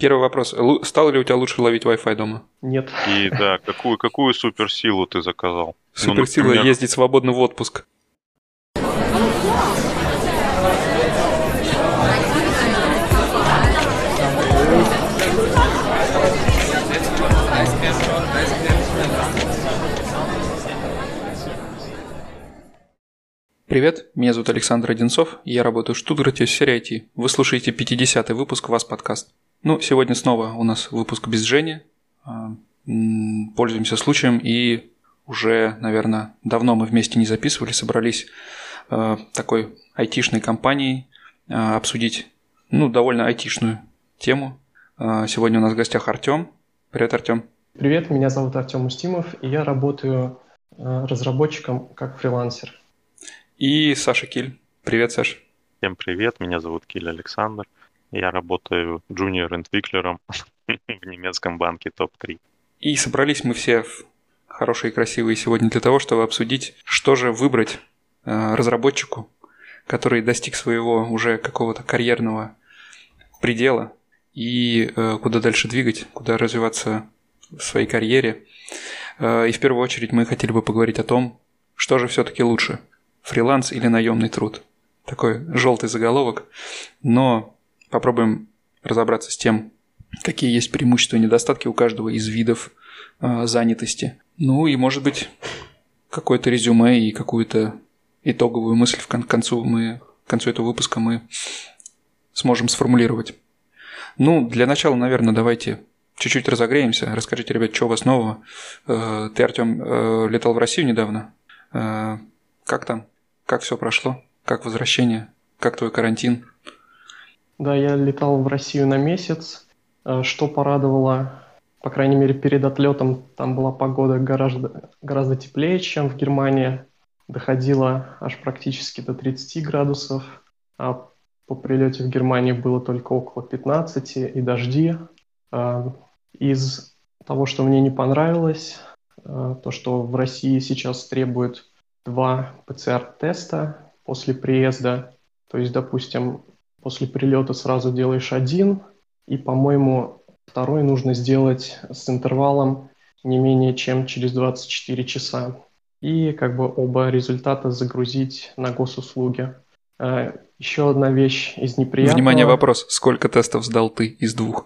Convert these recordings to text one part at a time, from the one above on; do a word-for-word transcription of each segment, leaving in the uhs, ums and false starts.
Первый вопрос. Лу- Стало ли у тебя лучше ловить Wi-Fi дома? Нет. И да, какую, какую суперсилу ты заказал? Суперсила например- ездить свободно в отпуск. Привет, меня зовут Александр Одинцов, и я работаю в Штутгарте в сфере ай ти. Вы слушаете пятидесятый выпуск «Вас подкаст». Ну, сегодня снова у нас выпуск без Жени. А, м, Пользуемся случаем, и уже, наверное, давно мы вместе не записывали, собрались а, такой айтишной компанией а, обсудить, ну, довольно айтишную тему. А, Сегодня у нас в гостях Артем. Привет, Артем. Привет, меня зовут Артем Устимов, и я работаю э, разработчиком как фрилансер. И Саша Киль. Привет, Саш. Всем привет, меня зовут Киль Александр. Я работаю джуниор-энтвиклером в немецком банке топ три. И собрались мы все в- хорошие и красивые сегодня для того, чтобы обсудить, что же выбрать э, разработчику, который достиг своего уже какого-то карьерного предела, и э, куда дальше двигать, куда развиваться в своей карьере. Э, и в первую очередь мы хотели бы поговорить о том, что же все-таки лучше – фриланс или наемный труд. Такой желтый заголовок, но попробуем разобраться с тем, какие есть преимущества и недостатки у каждого из видов э, занятости. Ну и, может быть, какое-то резюме и какую-то итоговую мысль в кон- концу мы, к концу этого выпуска мы сможем сформулировать. Ну, для начала, наверное, давайте чуть-чуть разогреемся. Расскажите, ребят, что у вас нового? Э, Ты, Артем, э, летал в Россию недавно. Э, Как там? Как все прошло? Как возвращение? Как твой карантин? Да, я летал в Россию на месяц, э, что порадовало, по крайней мере, перед отлетом там была погода гораздо, гораздо теплее, чем в Германии. Доходило аж практически до тридцати градусов, а по прилете в Германию было только около пятнадцати и дожди. Э, Из того, что мне не понравилось, э, то, что в России сейчас требуют два пэ цэ эр-теста после приезда. То есть, допустим, после прилета сразу делаешь один, и, по-моему, второй нужно сделать с интервалом не менее чем через двадцать четыре часа. И как бы оба результата загрузить на госуслуги. Э, Еще одна вещь из неприятного. Внимание, вопрос. Сколько тестов сдал ты из двух?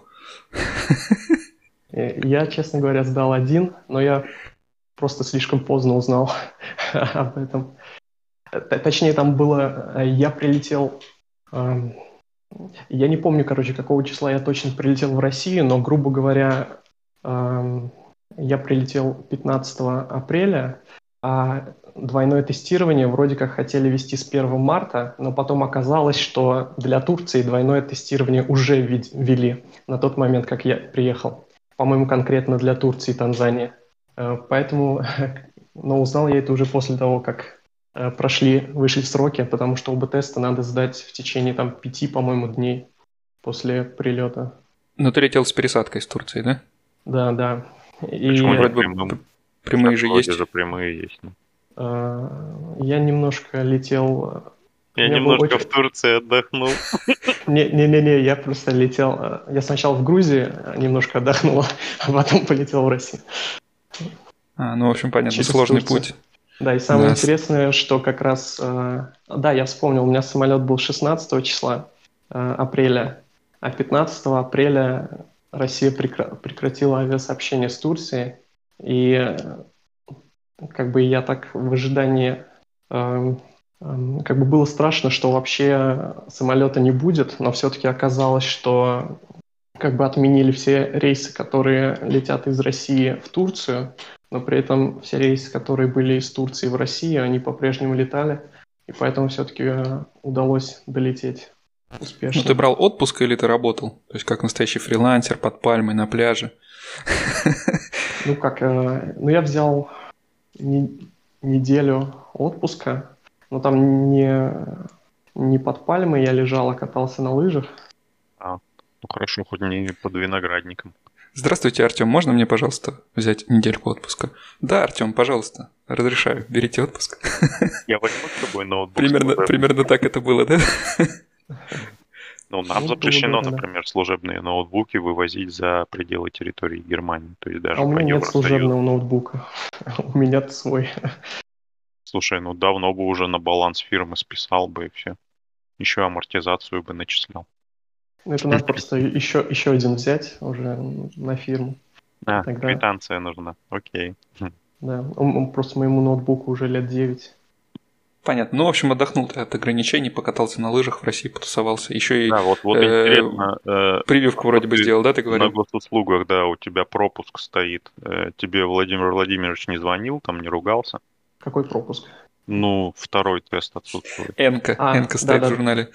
Э, Я, честно говоря, сдал один, но я просто слишком поздно узнал об этом. Т- Точнее, там было, э, я прилетел, эм, я не помню, короче, какого числа я точно прилетел в Россию, но, грубо говоря, эм, я прилетел пятнадцатого апреля, а двойное тестирование вроде как хотели вести с первого марта, но потом оказалось, что для Турции двойное тестирование уже вид- ввели на тот момент, как я приехал. По-моему, конкретно для Турции и Танзании. Э, Поэтому, но узнал я это уже после того, как э, прошли, вышли сроки, потому что оба теста надо сдать в течение там пяти, по-моему, дней после прилета. Ну, ты летел с пересадкой из Турции, да? Да, да. И Почему не Вроде бы прямым? п- прямые же Вроде есть. же прямые есть. ну. э, я немножко летел. Я У меня был немножко очень- в Турции отдохнул. Не- Не-не-не, я просто летел. э, Я сначала в Грузии э, немножко отдохнул, а потом полетел в Россию. А, ну, в общем, понятно, Через сложный Турцию. путь. Да, и самое Да, с- интересное, что как раз, э, да, я вспомнил, у меня самолет был шестнадцатого числа э, апреля, а пятнадцатого апреля Россия прекра- прекратила авиасообщение с Турцией, и э, как бы я так в ожидании, эм, эм, как бы было страшно, что вообще самолета не будет, но все-таки оказалось, что как бы отменили все рейсы, которые летят из России в Турцию, но при этом все рейсы, которые были из Турции в Россию, они по-прежнему летали, и поэтому все-таки э, удалось долететь успешно. Ну, ты брал отпуск или ты работал? То есть, как настоящий фрилансер под пальмой на пляже? Ну как, э, ну я взял не- неделю отпуска, но там не, не под пальмой я лежал, а катался на лыжах. А, ну хорошо, хоть не под виноградником. Здравствуйте, Артем, можно мне, пожалуйста, взять недельку отпуска? Да, Артем, пожалуйста, разрешаю, берите отпуск. Я возьму с собой ноутбук. Примерно, чтобы- примерно так это было, да? Ну, нам Ну, грубо запрещено, говоря, да. например, служебные ноутбуки вывозить за пределы территории Германии, то есть А даже у по меня нет Евросоюзу. служебного ноутбука. У меня свой. Слушай, ну давно бы уже на баланс фирмы списал бы и все. Еще амортизацию бы начислял. Ну, это надо просто еще, еще один взять уже на фирму. И А, тогда, квитанция нужна. Окей. Хм. да, он, он просто моему ноутбуку уже лет девять. Понятно. Ну, в общем, отдохнул ты от ограничений, покатался на лыжах в России, потусовался. Еще и Да, вот, вот э, интересно, э, прививку вот вроде бы ты сделал, да, ты на говорил? госуслугах, да, у тебя пропуск стоит. Э, тебе Владимир Владимирович не звонил, там не ругался? Какой пропуск? Ну, второй тест отсутствует. Энка. А, Энка да, стоит в да, журнале.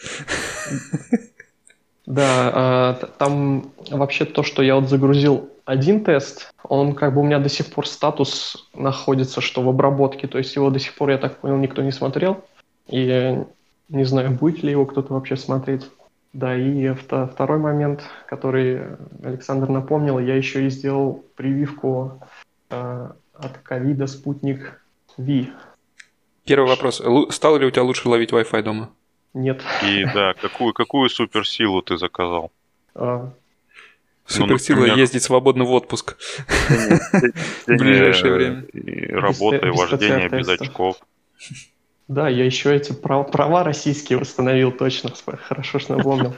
да, а, т- там вообще то, что я вот загрузил один тест, он как бы у меня до сих пор статус находится, что в обработке, то есть его до сих пор, я так понял, никто не смотрел, и я не знаю, будет ли его кто-то вообще смотреть. Да, и вто- второй момент, который Александр напомнил, я еще и сделал прививку э, от ковида «Спутник Ви». Первый вопрос. Лу- Стало ли у тебя лучше ловить Wi-Fi дома? Нет. И да, какую, какую суперсилу ты заказал? А, Ну, Суперсила например, ездить свободно в отпуск чтение, в ближайшее чтение, время. и без, Т- работа и без вождение без П Ц Р-тестов. очков. Да, я еще эти прав- права российские восстановил точно. Сп- Хорошо, что напомнил.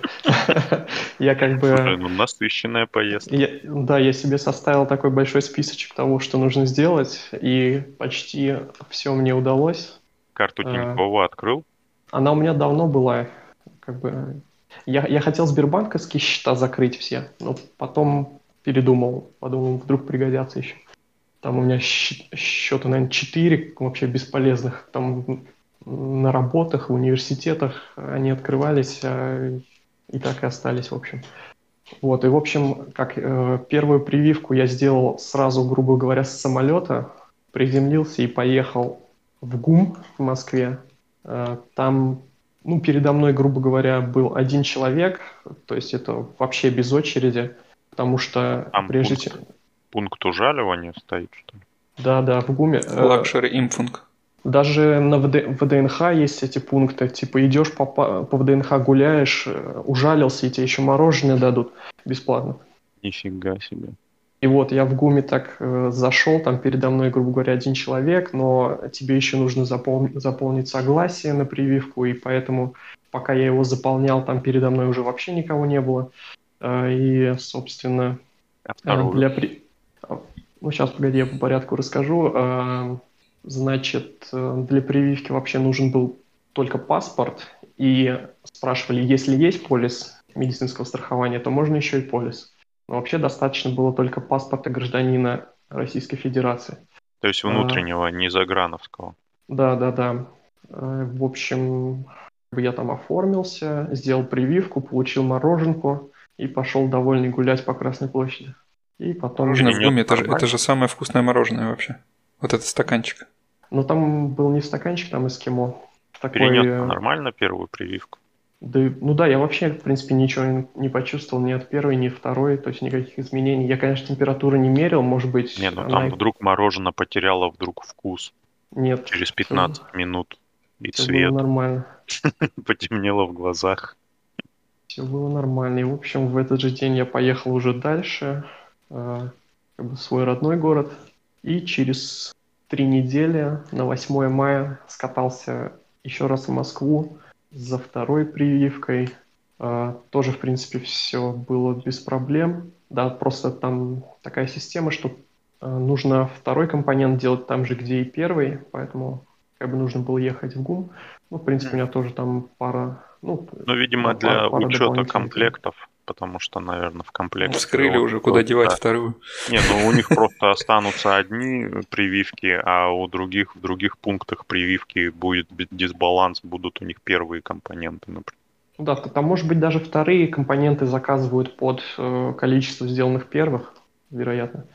Я как Слушай, бы... ну насыщенная поездка. я- Да, я себе составил такой большой списочек того, что нужно сделать, и почти все мне удалось. Карту Э, Тинькова открыл? Она у меня давно была. Как бы... я, я хотел сбербанковские счета закрыть все, но потом передумал. Подумал, вдруг пригодятся еще. Там у меня щ- счета, наверное, четыре вообще бесполезных. Там на работах, в университетах они открывались, а и так и остались, в общем. Вот, и, в общем, как э, первую прививку я сделал сразу, грубо говоря, с самолета, приземлился и поехал в ГУМ в Москве. Э, там, ну, передо мной, грубо говоря, был один человек, то есть это вообще без очереди, потому что Там прежде чем... пункт, пункт ужаливания стоит, что ли? Да, да, в ГУМе. э, Лакшери имфунг. Даже на ВД в ВДНХ есть эти пункты. Типа идешь по, па- по ВДНХ гуляешь, э, ужалился, и тебе еще мороженое дадут бесплатно. Нифига себе. И вот я в ГУМе так э, зашел, там передо мной, грубо говоря, один человек, но тебе еще нужно запол- заполнить согласие на прививку, и поэтому пока я его заполнял, там передо мной уже вообще никого не было. Э, И, собственно, А э, вторую? для при... а, ну, сейчас, погоди, я по порядку расскажу. Э, Значит, э, для прививки вообще нужен был только паспорт, и спрашивали, если есть полис медицинского страхования, то можно еще и полис. Но вообще достаточно было только паспорта гражданина Российской Федерации. То есть А, внутреннего, не заграновского. Да, да, да. Э, В общем, как бы я там оформился, сделал прививку, получил мороженку и пошел довольный гулять по Красной площади. И потом... Мороженое в Перенес ГУМе, это же, это нормально? же самое вкусное мороженое вообще. Вот этот стаканчик. Но там был не стаканчик, там эскимо. Такой... Перенес э, нормально первую прививку? Да, и- ну да, я вообще, в принципе, ничего не не почувствовал ни от первой, ни от второй, то есть никаких изменений. Я, конечно, температуру не мерил, может Не, быть, ну она... там и- вдруг мороженое потеряло вдруг вкус Нет, через все, пятнадцать минут. И все было цвет нормально. потемнело в глазах. Все было нормально. И, в общем, в этот же день я поехал уже дальше, э, как бы в свой родной город. И через три недели, на восьмое мая, скатался еще раз в Москву за второй прививкой. Э, тоже, в принципе, все было без проблем. Да, просто там такая система, что э, нужно второй компонент делать там же, где и первый, поэтому как бы нужно было ехать в ГУМ. Ну, в принципе, у меня тоже там пара, ну, Ну, да, видимо, пара, для пара учета дополнительных дней. комплектов, потому что, наверное, в Ну, комплекте вскрыли вот, уже, куда вот, девать да. вторую. Не, ну у них просто останутся одни прививки, а у других в других пунктах прививки будет б- дисбаланс, будут у них первые компоненты, например. Ну да, т- там, может быть, даже вторые компоненты заказывают под э, количество сделанных первых, вероятно.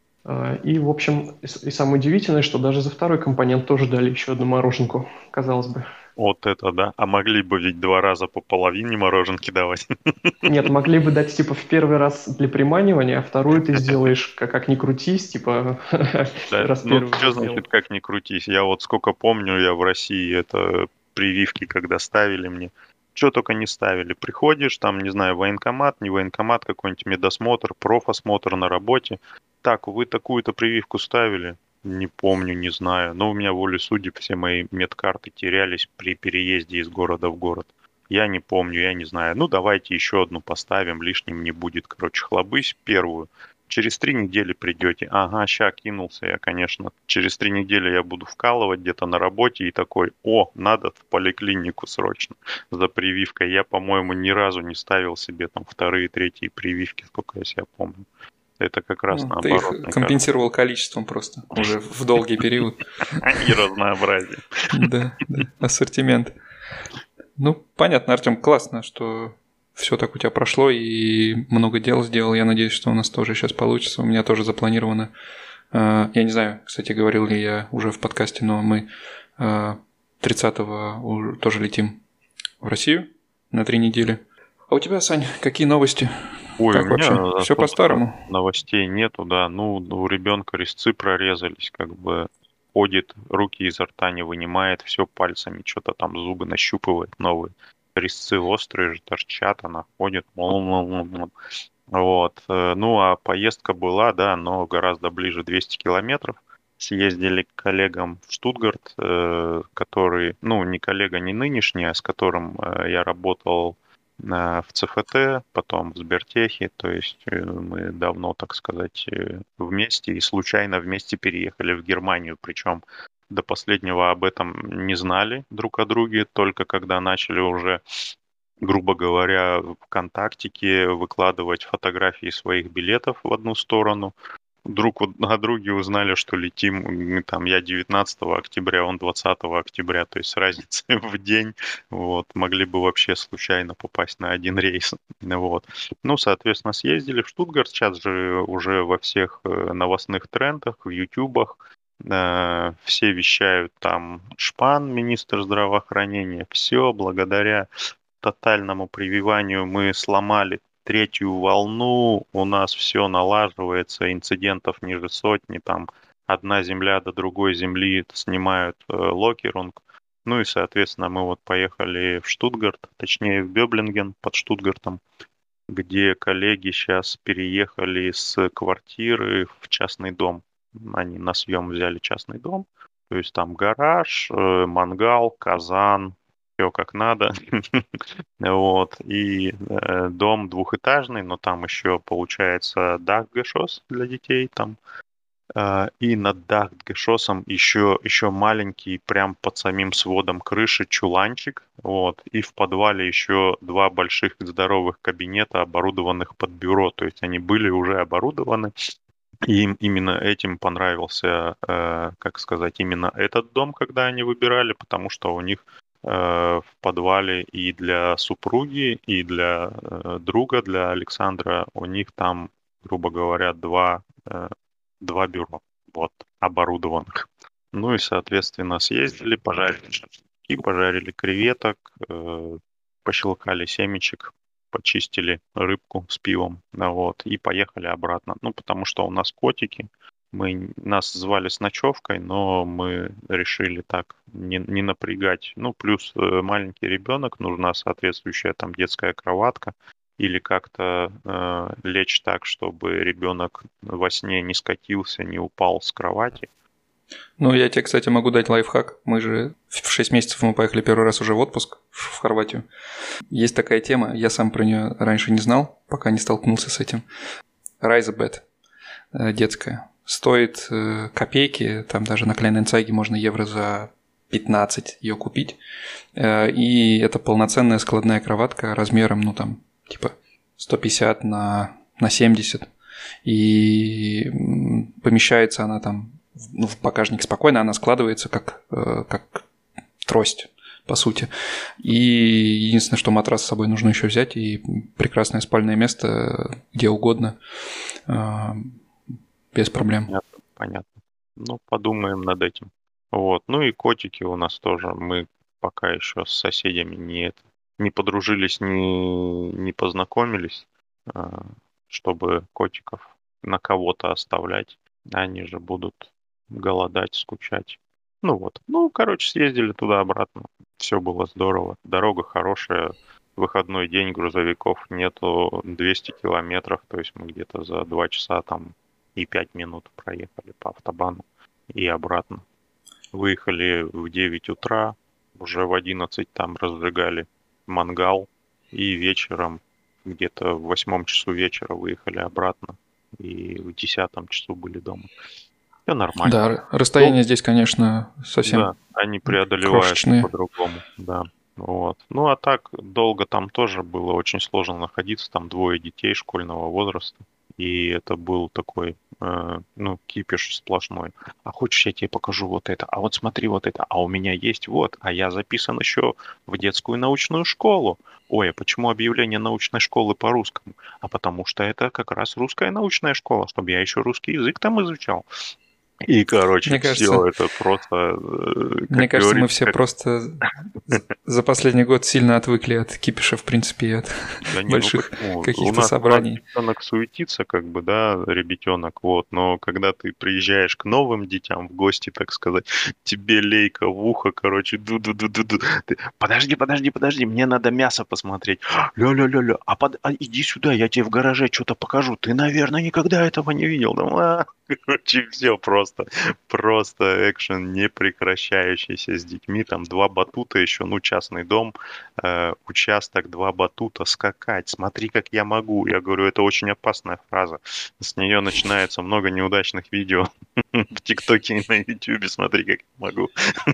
Э, и, в общем, и, с- и самое удивительное, что даже за второй компонент тоже дали еще одну мороженку, казалось бы. Вот это да. А могли бы ведь два раза по половине мороженки давать. Нет, могли бы дать, типа, в первый раз для приманивания, а вторую ты сделаешь, как, как ни крутись, типа, Да, раз ну первую что уже сделал. значит как ни крутись? Я вот сколько помню, я в России это прививки, когда ставили мне, что только не ставили. Приходишь, там, не знаю, военкомат, не военкомат, какой-нибудь медосмотр, профосмотр на работе. Так, вы такую-то прививку ставили? Не помню, не знаю. Но у меня волей судеб все мои медкарты терялись при переезде из города в город. Я не помню, я не знаю. Ну, давайте еще одну поставим, лишним не будет. Короче, хлобысь первую. Через три недели придете. Ага, ща кинулся я, конечно. Через три недели я буду вкалывать где-то на работе и такой, о, надо в поликлинику срочно за прививкой. Я, по-моему, ни разу не ставил себе там вторые, третьи прививки, сколько я себя помню. Это как раз Ну, ты наоборот. их компенсировал количеством просто уже в долгий период. И разнообразие. Да, да, ассортимент. Ну, понятно, Артем, классно, что все так у тебя прошло и много дел сделал. Я надеюсь, что у нас тоже сейчас получится. У меня тоже запланировано. Я не знаю, кстати, говорил ли я уже в подкасте, но мы тридцатого тоже летим в Россию на три недели. А у тебя, Сань, какие новости? Ой, как у меня вообще? Все по-старому? Новостей нету, да. Ну, у ребенка резцы прорезались, как бы ходит, руки изо рта не вынимает, все пальцами, что-то там зубы нащупывает новые. Резцы острые же торчат, она ходит. Вот. Ну, а поездка была, да, но гораздо ближе, двести километров. Съездили к коллегам в Штутгарт, который, ну, не коллега, не нынешний, а с которым я работал в ЦФТ, потом в Сбертехе, то есть мы давно, так сказать, вместе и случайно вместе переехали в Германию, причем до последнего об этом не знали друг о друге, только когда начали уже, грубо говоря, в ВКонтактике выкладывать фотографии своих билетов в одну сторону. Друг о друге узнали, что летим, там, я девятнадцатого октября, он двадцатого октября, то есть разница в день, вот, могли бы вообще случайно попасть на один рейс, вот. Ну, соответственно, съездили в Штутгарт, сейчас же уже во всех новостных трендах, в ютубах, э, все вещают там, Шпан, министр здравоохранения, все благодаря тотальному прививанию мы сломали третью волну, у нас все налаживается, инцидентов ниже сотни, там одна земля до другой земли снимают э, локерунг. Ну и, соответственно, мы вот поехали в Штутгарт, точнее в Бёблинген под Штутгартом, где коллеги сейчас переехали с квартиры в частный дом. Они на съем взяли частный дом, то есть там гараж, э, мангал, казан, все как надо. Вот. И э, дом двухэтажный, но там еще получается дachgeschoss для детей там. Э, и над дachgeschossом еще, еще маленький, прям под самим сводом крыши чуланчик. Вот. И в подвале еще два больших здоровых кабинета, оборудованных под бюро. То есть они были уже оборудованы. И им именно этим понравился, э, как сказать, именно этот дом, когда они выбирали, потому что у них в подвале и для супруги, и для э, друга, для Александра, у них там, грубо говоря, два, э, два бюро, вот, оборудованных. Ну и, соответственно, съездили, пожарили шашлыки, пожарили креветок, э, пощелкали семечек, почистили рыбку с пивом, вот, и поехали обратно. Ну, потому что у нас котики, мы, нас звали с ночевкой, но мы решили так не, не напрягать. Ну, плюс маленький ребенок, нужна соответствующая там детская кроватка или как-то э, лечь так, чтобы ребенок во сне не скатился, не упал с кровати. Ну, я тебе, кстати, могу дать лайфхак. Мы же в шесть месяцев мы поехали первый раз уже в отпуск в Хорватию. Есть такая тема, я сам про нее раньше не знал, пока не столкнулся с этим. Райзебед детская. Стоит э, копейки, там даже на Клейненцайге можно евро за пятнадцать ее купить. Э, и это полноценная складная кроватка размером, ну там, типа сто пятьдесят на, на семьдесят. И помещается она там ну, в багажник спокойно, она складывается как, э, как трость, по сути. И единственное, что матрас с собой нужно еще взять, и прекрасное спальное место где угодно. Э, Без проблем. Понятно, понятно. Ну, подумаем над этим. Вот. Ну и котики у нас тоже. Мы пока еще с соседями не, не подружились, не, не познакомились, чтобы котиков на кого-то оставлять. Они же будут голодать, скучать. Ну вот. Ну, короче, съездили туда-обратно. все было здорово. Дорога хорошая, выходной день, грузовиков нету, двести километров, то есть мы где-то за два часа там и пять минут проехали по автобану и обратно. Выехали в девять утра, уже в одиннадцать там разжигали мангал, и вечером, где-то в восьмом часу вечера выехали обратно, и в десятом часу были дома. Все нормально. Да, расстояние здесь, конечно, совсем Да, они преодолевают крошечные. по-другому, да. Вот. Ну а так, долго там тоже было очень сложно находиться, там двое детей школьного возраста, и это был такой, э, ну, кипиш сплошной. А хочешь, я тебе покажу вот это? А вот смотри вот это. А у меня есть вот, а я записан еще в детскую научную школу. Ой, а почему объявление научной школы по-русскому? А потому что это как раз русская научная школа, чтобы я еще русский язык там изучал. И, короче, Мне все кажется, это просто, э, как мне кажется, мы говорится, все как... просто з- за последний год сильно отвыкли от кипиша, в принципе, и от Да не, ну больших почему? У каких-то нас, у нас собраний. детенок суетится, как бы, да, ребятенок, вот, но когда ты приезжаешь к новым детям в гости, так сказать, тебе лейка в ухо, короче, ду-ду-ду-ду-ду. Ты, подожди, подожди, подожди, мне надо мясо посмотреть. Ля-ля-ля-ля, а, под... а иди сюда, я тебе в гараже что-то покажу. Ты, наверное, никогда этого не видел. Да, короче, все просто, просто экшен непрекращающийся с детьми. Там два батута еще, ну, частный дом, э, участок, два батута, скакать. Смотри, как я могу. Я говорю, это очень опасная фраза. С нее начинается много неудачных видео в ТикТоке и на Ютубе. Смотри, как я могу.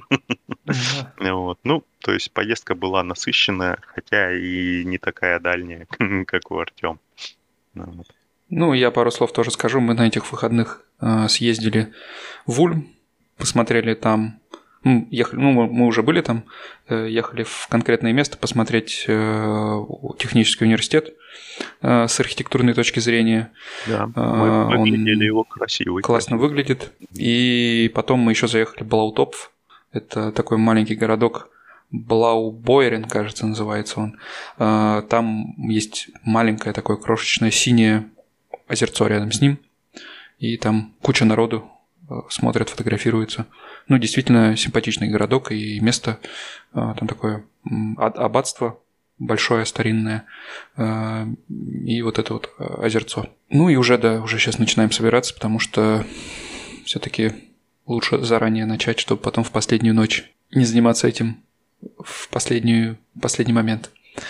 Да. Вот. Ну, то есть поездка была насыщенная, хотя и не такая дальняя, как у Артема. Вот. Ну, я пару слов тоже скажу. Мы на этих выходных э, съездили в Ульм, посмотрели там, ну, ехали, ну, мы мы уже были там, э, ехали в конкретное место посмотреть э, технический университет э, с архитектурной точки зрения. Да, Э, мы выглядели он его красивый. классно красивый. выглядит. И потом мы еще заехали в Блаутопф. Это такой маленький городок, Блаубойрен, кажется, называется он. Э, Там есть маленькое такое крошечное синее озерцо рядом с ним. И там куча народу э, смотрят, фотографируются. Ну, действительно симпатичный городок и место. э, Там такое м, а- аббатство большое, старинное. э, И вот это вот э, озерцо. Ну и уже, да, уже сейчас начинаем собираться, потому что все-таки лучше заранее начать, чтобы потом в последнюю ночь не заниматься этим в последнюю, последний момент.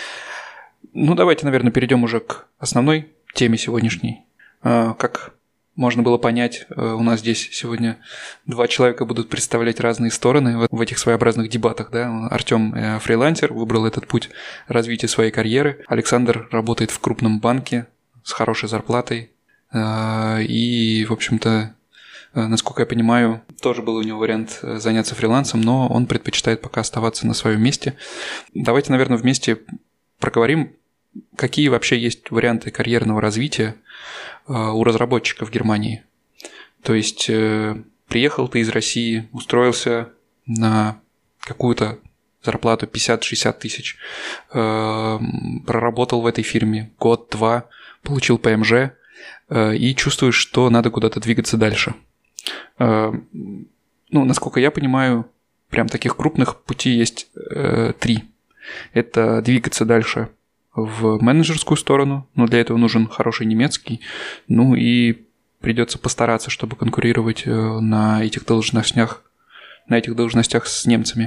Ну, давайте, наверное, перейдем уже к основной теме сегодняшней. А, Как можно было понять, э, у нас здесь сегодня два человека будут представлять разные стороны в в этих своеобразных дебатах. Да? Артём э, фрилансер, выбрал этот путь развития своей карьеры. Александр работает в крупном банке с хорошей зарплатой. А, И, в общем-то, э, насколько я понимаю, тоже был у него вариант э, заняться фрилансом, но он предпочитает пока оставаться на своем месте. Давайте, наверное, вместе проговорим, какие вообще есть варианты карьерного развития э, у разработчиков в Германии. То есть э, приехал ты из России, устроился на какую-то зарплату пятьдесят-шестьдесят тысяч, э, проработал в этой фирме год-два, получил ПМЖ э, и чувствуешь, что надо куда-то двигаться дальше. Э, ну, насколько я понимаю, прям таких крупных путей есть э, три. Это двигаться дальше в менеджерскую сторону, но для этого нужен хороший немецкий, ну и придется постараться, чтобы конкурировать э, на этих должностях, на этих должностях с немцами.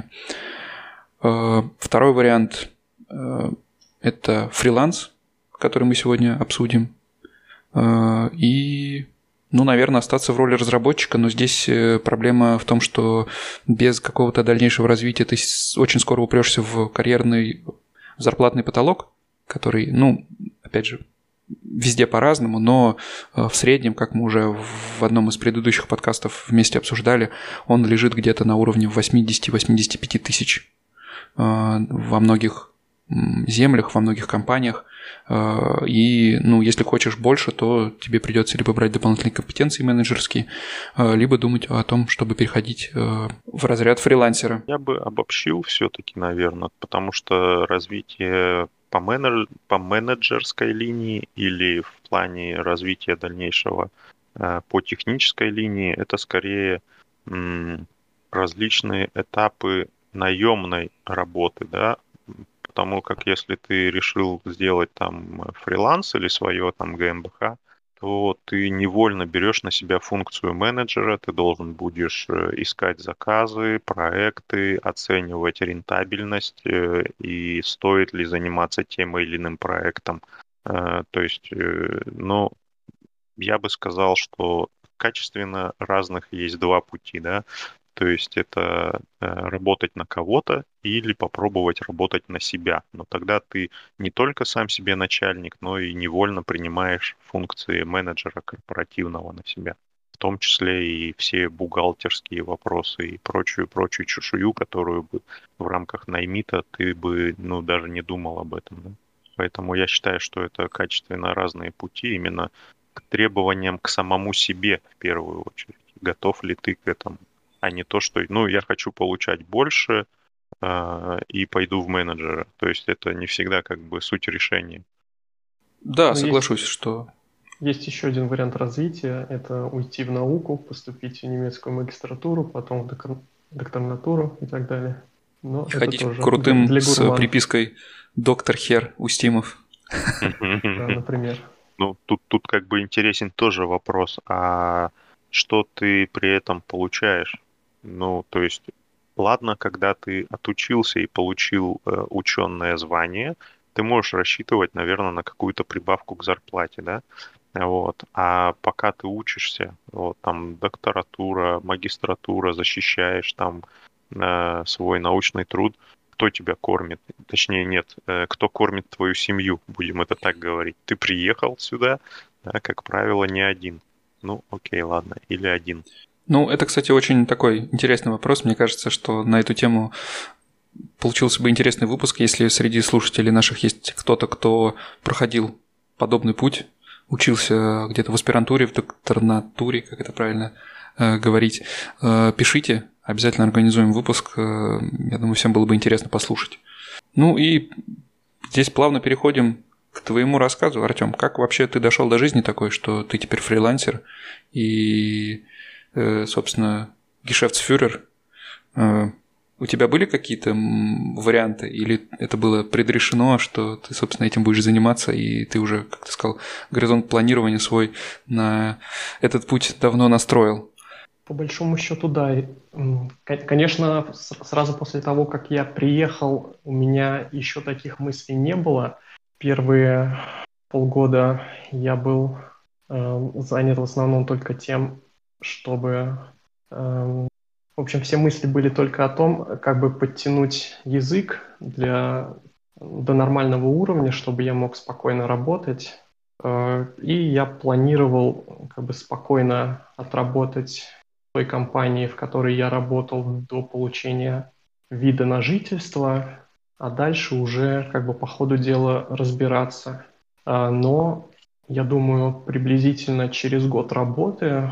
Э, Второй вариант э, – это фриланс, который мы сегодня обсудим, Э, и, ну, наверное, остаться в роли разработчика, но здесь э, проблема в том, что без какого-то дальнейшего развития ты с- очень скоро упрешься в карьерный в зарплатный потолок, который, ну, опять же, везде по-разному, но э, в среднем, как мы уже в одном из предыдущих подкастов вместе обсуждали, он лежит где-то на уровне восемьдесят-восемьдесят пять тысяч э, во многих м, землях, во многих компаниях. Э, И, ну, если хочешь больше, то тебе придется либо брать дополнительные компетенции менеджерские, э, либо думать о том, чтобы переходить э, в разряд фрилансера. Я бы обобщил все-таки, наверное, потому что развитие по, менедж... по менеджерской линии или в плане развития дальнейшего э, по технической линии, это скорее м, различные этапы наемной работы, да, потому как если ты решил сделать там фриланс или свое там ГmbH, то ты невольно берешь на себя функцию менеджера, ты должен будешь э, искать заказы, проекты, оценивать рентабельность э, и стоит ли заниматься тем или иным проектом. Э, То есть, э, ну, я бы сказал, что качественно разных есть два пути, да. То есть это э, работать на кого-то или попробовать работать на себя. Но тогда ты не только сам себе начальник, но и невольно принимаешь функции менеджера корпоративного на себя. В том числе и все бухгалтерские вопросы и прочую-прочую чешую, которую бы в рамках наймита ты бы, ну, даже не думал об этом. Да? Поэтому я считаю, что это качественно разные пути именно к требованиям к самому себе в первую очередь. Готов ли ты к этому? А не то, что, ну, я хочу получать больше э, и пойду в менеджера. То есть это не всегда как бы суть решения. Да, Но соглашусь, есть, что... есть еще один вариант развития. Это уйти в науку, поступить в немецкую магистратуру, потом в докор- докторнатуру и так далее. Но это Ходить тоже для, крутым для с гурманов, припиской «Доктор Хер Устимов». да, например. Ну, тут, тут как бы интересен тоже вопрос, а что ты при этом получаешь? Ну, то есть, ладно, когда ты отучился и получил э, ученое звание, ты можешь рассчитывать, наверное, на какую-то прибавку к зарплате, да? Вот. А пока ты учишься, вот, там, докторатура, магистратура, защищаешь там э, свой научный труд, кто тебя кормит? Точнее, нет, э, кто кормит твою семью, будем это так говорить. Ты приехал сюда, да, как правило, не один. Ну, окей, ладно, или один. Ну, это, кстати, очень такой интересный вопрос. Мне кажется, что на эту тему получился бы интересный выпуск, если среди слушателей наших есть кто-то, кто проходил подобный путь, учился где-то в аспирантуре, в докторнатуре, как это правильно э, говорить. Э, пишите, обязательно организуем выпуск. Э, я думаю, всем было бы интересно послушать. Ну и здесь плавно переходим к твоему рассказу, Артём. Как вообще ты дошел до жизни такой, что ты теперь фрилансер и, э, собственно, гешефтсфюрер? Э, У тебя были какие-то варианты, или это было предрешено, что ты, собственно, этим будешь заниматься, и ты уже, как ты сказал, горизонт планирования свой на этот путь давно настроил? По большому счету, да. М, кон- Конечно, с- сразу после того, как я приехал, у меня еще таких мыслей не было. Первые полгода я был э, занят в основном только тем, чтобы... э, в общем, все мысли были только о том, как бы подтянуть язык для, до нормального уровня, чтобы я мог спокойно работать. Э, И я планировал как бы спокойно отработать той компании, в которой я работал до получения вида на жительство, а дальше уже как бы по ходу дела разбираться. А, Но я думаю, приблизительно через год работы э,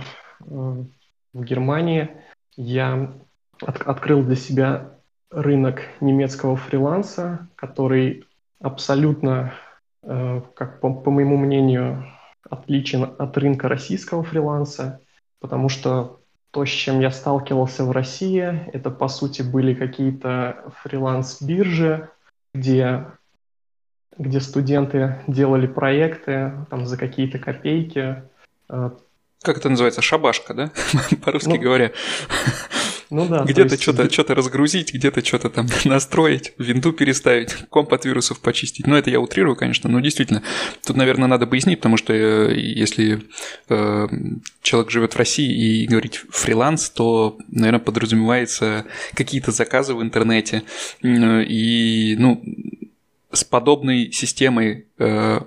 в Германии я от- открыл для себя рынок немецкого фриланса, который абсолютно, э, как по, по моему мнению, отличен от рынка российского фриланса, потому что то, с чем я сталкивался в России, это, по сути, были какие-то фриланс-биржи, где, где студенты делали проекты там, за какие-то копейки. Э, Как это называется? Шабашка, да? По-русски Ну, говоря. ну да, то Где-то есть что-то д- что разгрузить, где-то что-то там настроить, винду переставить, комп от вирусов почистить. Ну, это я утрирую, конечно, но действительно, тут, наверное, надо пояснить, потому что э, если э, человек живет в России и говорить фриланс, то, наверное, подразумевается какие-то заказы в интернете. М, И, ну, с подобной системой э,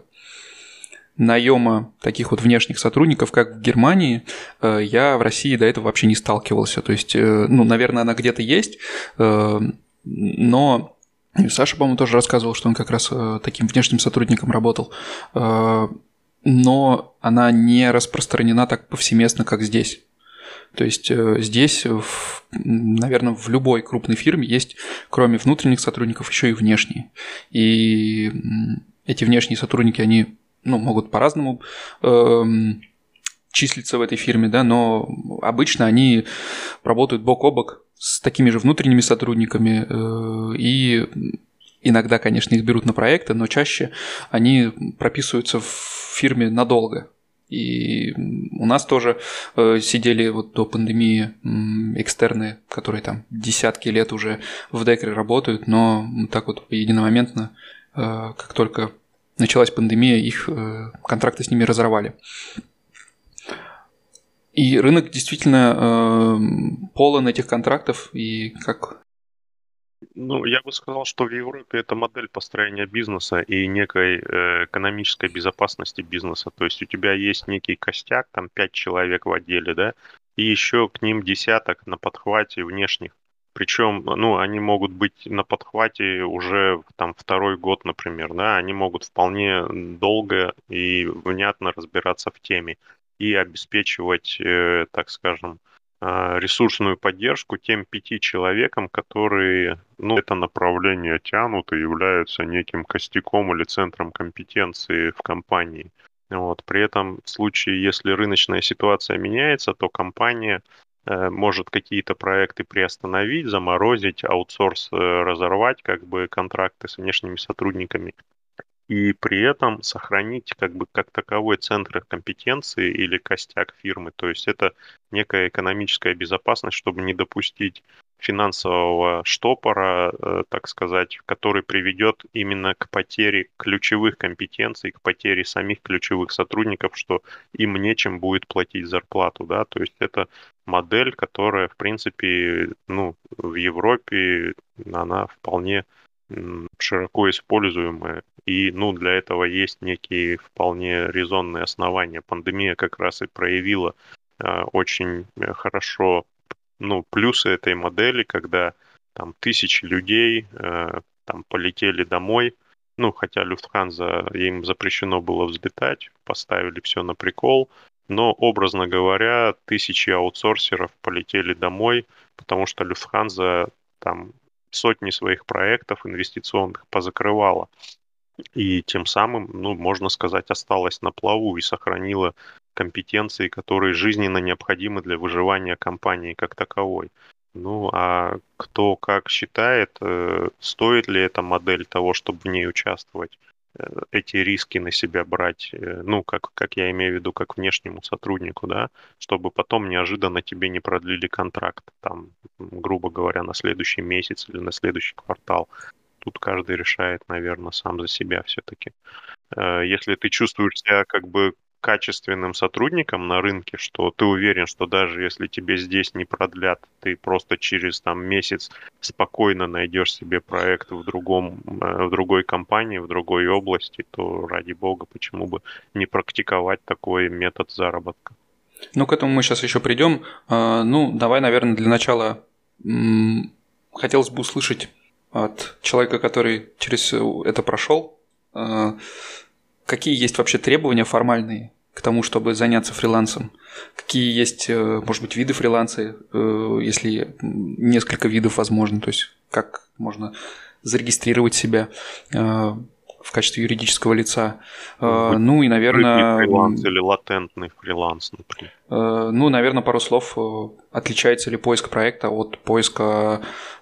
наема таких вот внешних сотрудников, как в Германии, э, я в России до этого вообще не сталкивался. То есть, э, ну, наверное, она где-то есть, э, но и Саша, по-моему, тоже рассказывал, что он как раз э, таким внешним сотрудником работал. Э, Но она не распространена так повсеместно, как здесь. То есть э, здесь, в, наверное, в любой крупной фирме есть, кроме внутренних сотрудников, еще и внешние. И м, эти внешние сотрудники, они ну, могут по-разному эм, числиться в этой фирме, да, но обычно они работают бок о бок с такими же внутренними сотрудниками, э, и иногда, конечно, их берут на проекты, но чаще они прописываются в фирме надолго. И у нас тоже э, сидели вот до пандемии э, экстерны, которые там десятки лет уже в Декре работают, но так вот единомоментно, э, как только началась пандемия, их э, контракты с ними разорвали. И рынок действительно э, полон этих контрактов, и как... Ну, я бы сказал, что в Европе это модель построения бизнеса и некой э, экономической безопасности бизнеса. То есть у тебя есть некий костяк, там пять человек в отделе, да, и еще к ним десяток на подхвате внешних. Причем, ну, они могут быть на подхвате уже там второй год, например, да, они могут вполне долго и внятно разбираться в теме и обеспечивать, э, так скажем, э, ресурсную поддержку тем пяти человекам, которые, ну, это направление тянут и являются неким костяком или центром компетенции в компании. Вот. При этом в случае, если рыночная ситуация меняется, то компания э, может какие-то проекты приостановить, заморозить, аутсорс э, разорвать, как бы контракты с внешними сотрудниками, и при этом сохранить как бы как таковой центр их компетенции или костяк фирмы. То есть это некая экономическая безопасность, чтобы не допустить финансового штопора, э, так сказать, который приведет именно к потере ключевых компетенций, к потере самих ключевых сотрудников, что им нечем будет платить зарплату, да. То есть это модель, которая, в принципе, ну, в Европе она вполне м, широко используемая. И, ну, для этого есть некие вполне резонные основания. Пандемия как раз и проявила э, очень э, хорошо, ну, плюсы этой модели, когда там тысячи людей э, там полетели домой. Ну, хотя Люфтханза, им запрещено было взлетать, поставили все на прикол. Но, образно говоря, тысячи аутсорсеров полетели домой, потому что Люфтханза там сотни своих проектов инвестиционных позакрывала. И тем самым, ну, можно сказать, осталась на плаву и сохранила компетенции, которые жизненно необходимы для выживания компании как таковой. Ну, а кто как считает, э, стоит ли эта модель того, чтобы в ней участвовать, э, эти риски на себя брать, э, ну, как, как я имею в виду, как внешнему сотруднику, да, чтобы потом неожиданно тебе не продлили контракт, там, грубо говоря, на следующий месяц или на следующий квартал. Тут каждый решает, наверное, сам за себя все-таки. Если ты чувствуешь себя как бы качественным сотрудником на рынке, что ты уверен, что даже если тебе здесь не продлят, ты просто через там месяц спокойно найдешь себе проект в другом, в другой компании, в другой области, то ради бога, почему бы не практиковать такой метод заработка? Ну, к этому мы сейчас еще придем. Ну, давай, наверное, для начала хотелось бы услышать от человека, который через это прошел, какие есть вообще требования формальные к тому, чтобы заняться фрилансом? Какие есть, может быть, виды фриланса, если несколько видов возможно? То есть как можно зарегистрировать себя в качестве юридического лица? Быть ну и, наверное... фриланс или латентный фриланс, например. Ну, наверное, пару слов. Отличается ли поиск проекта от поиска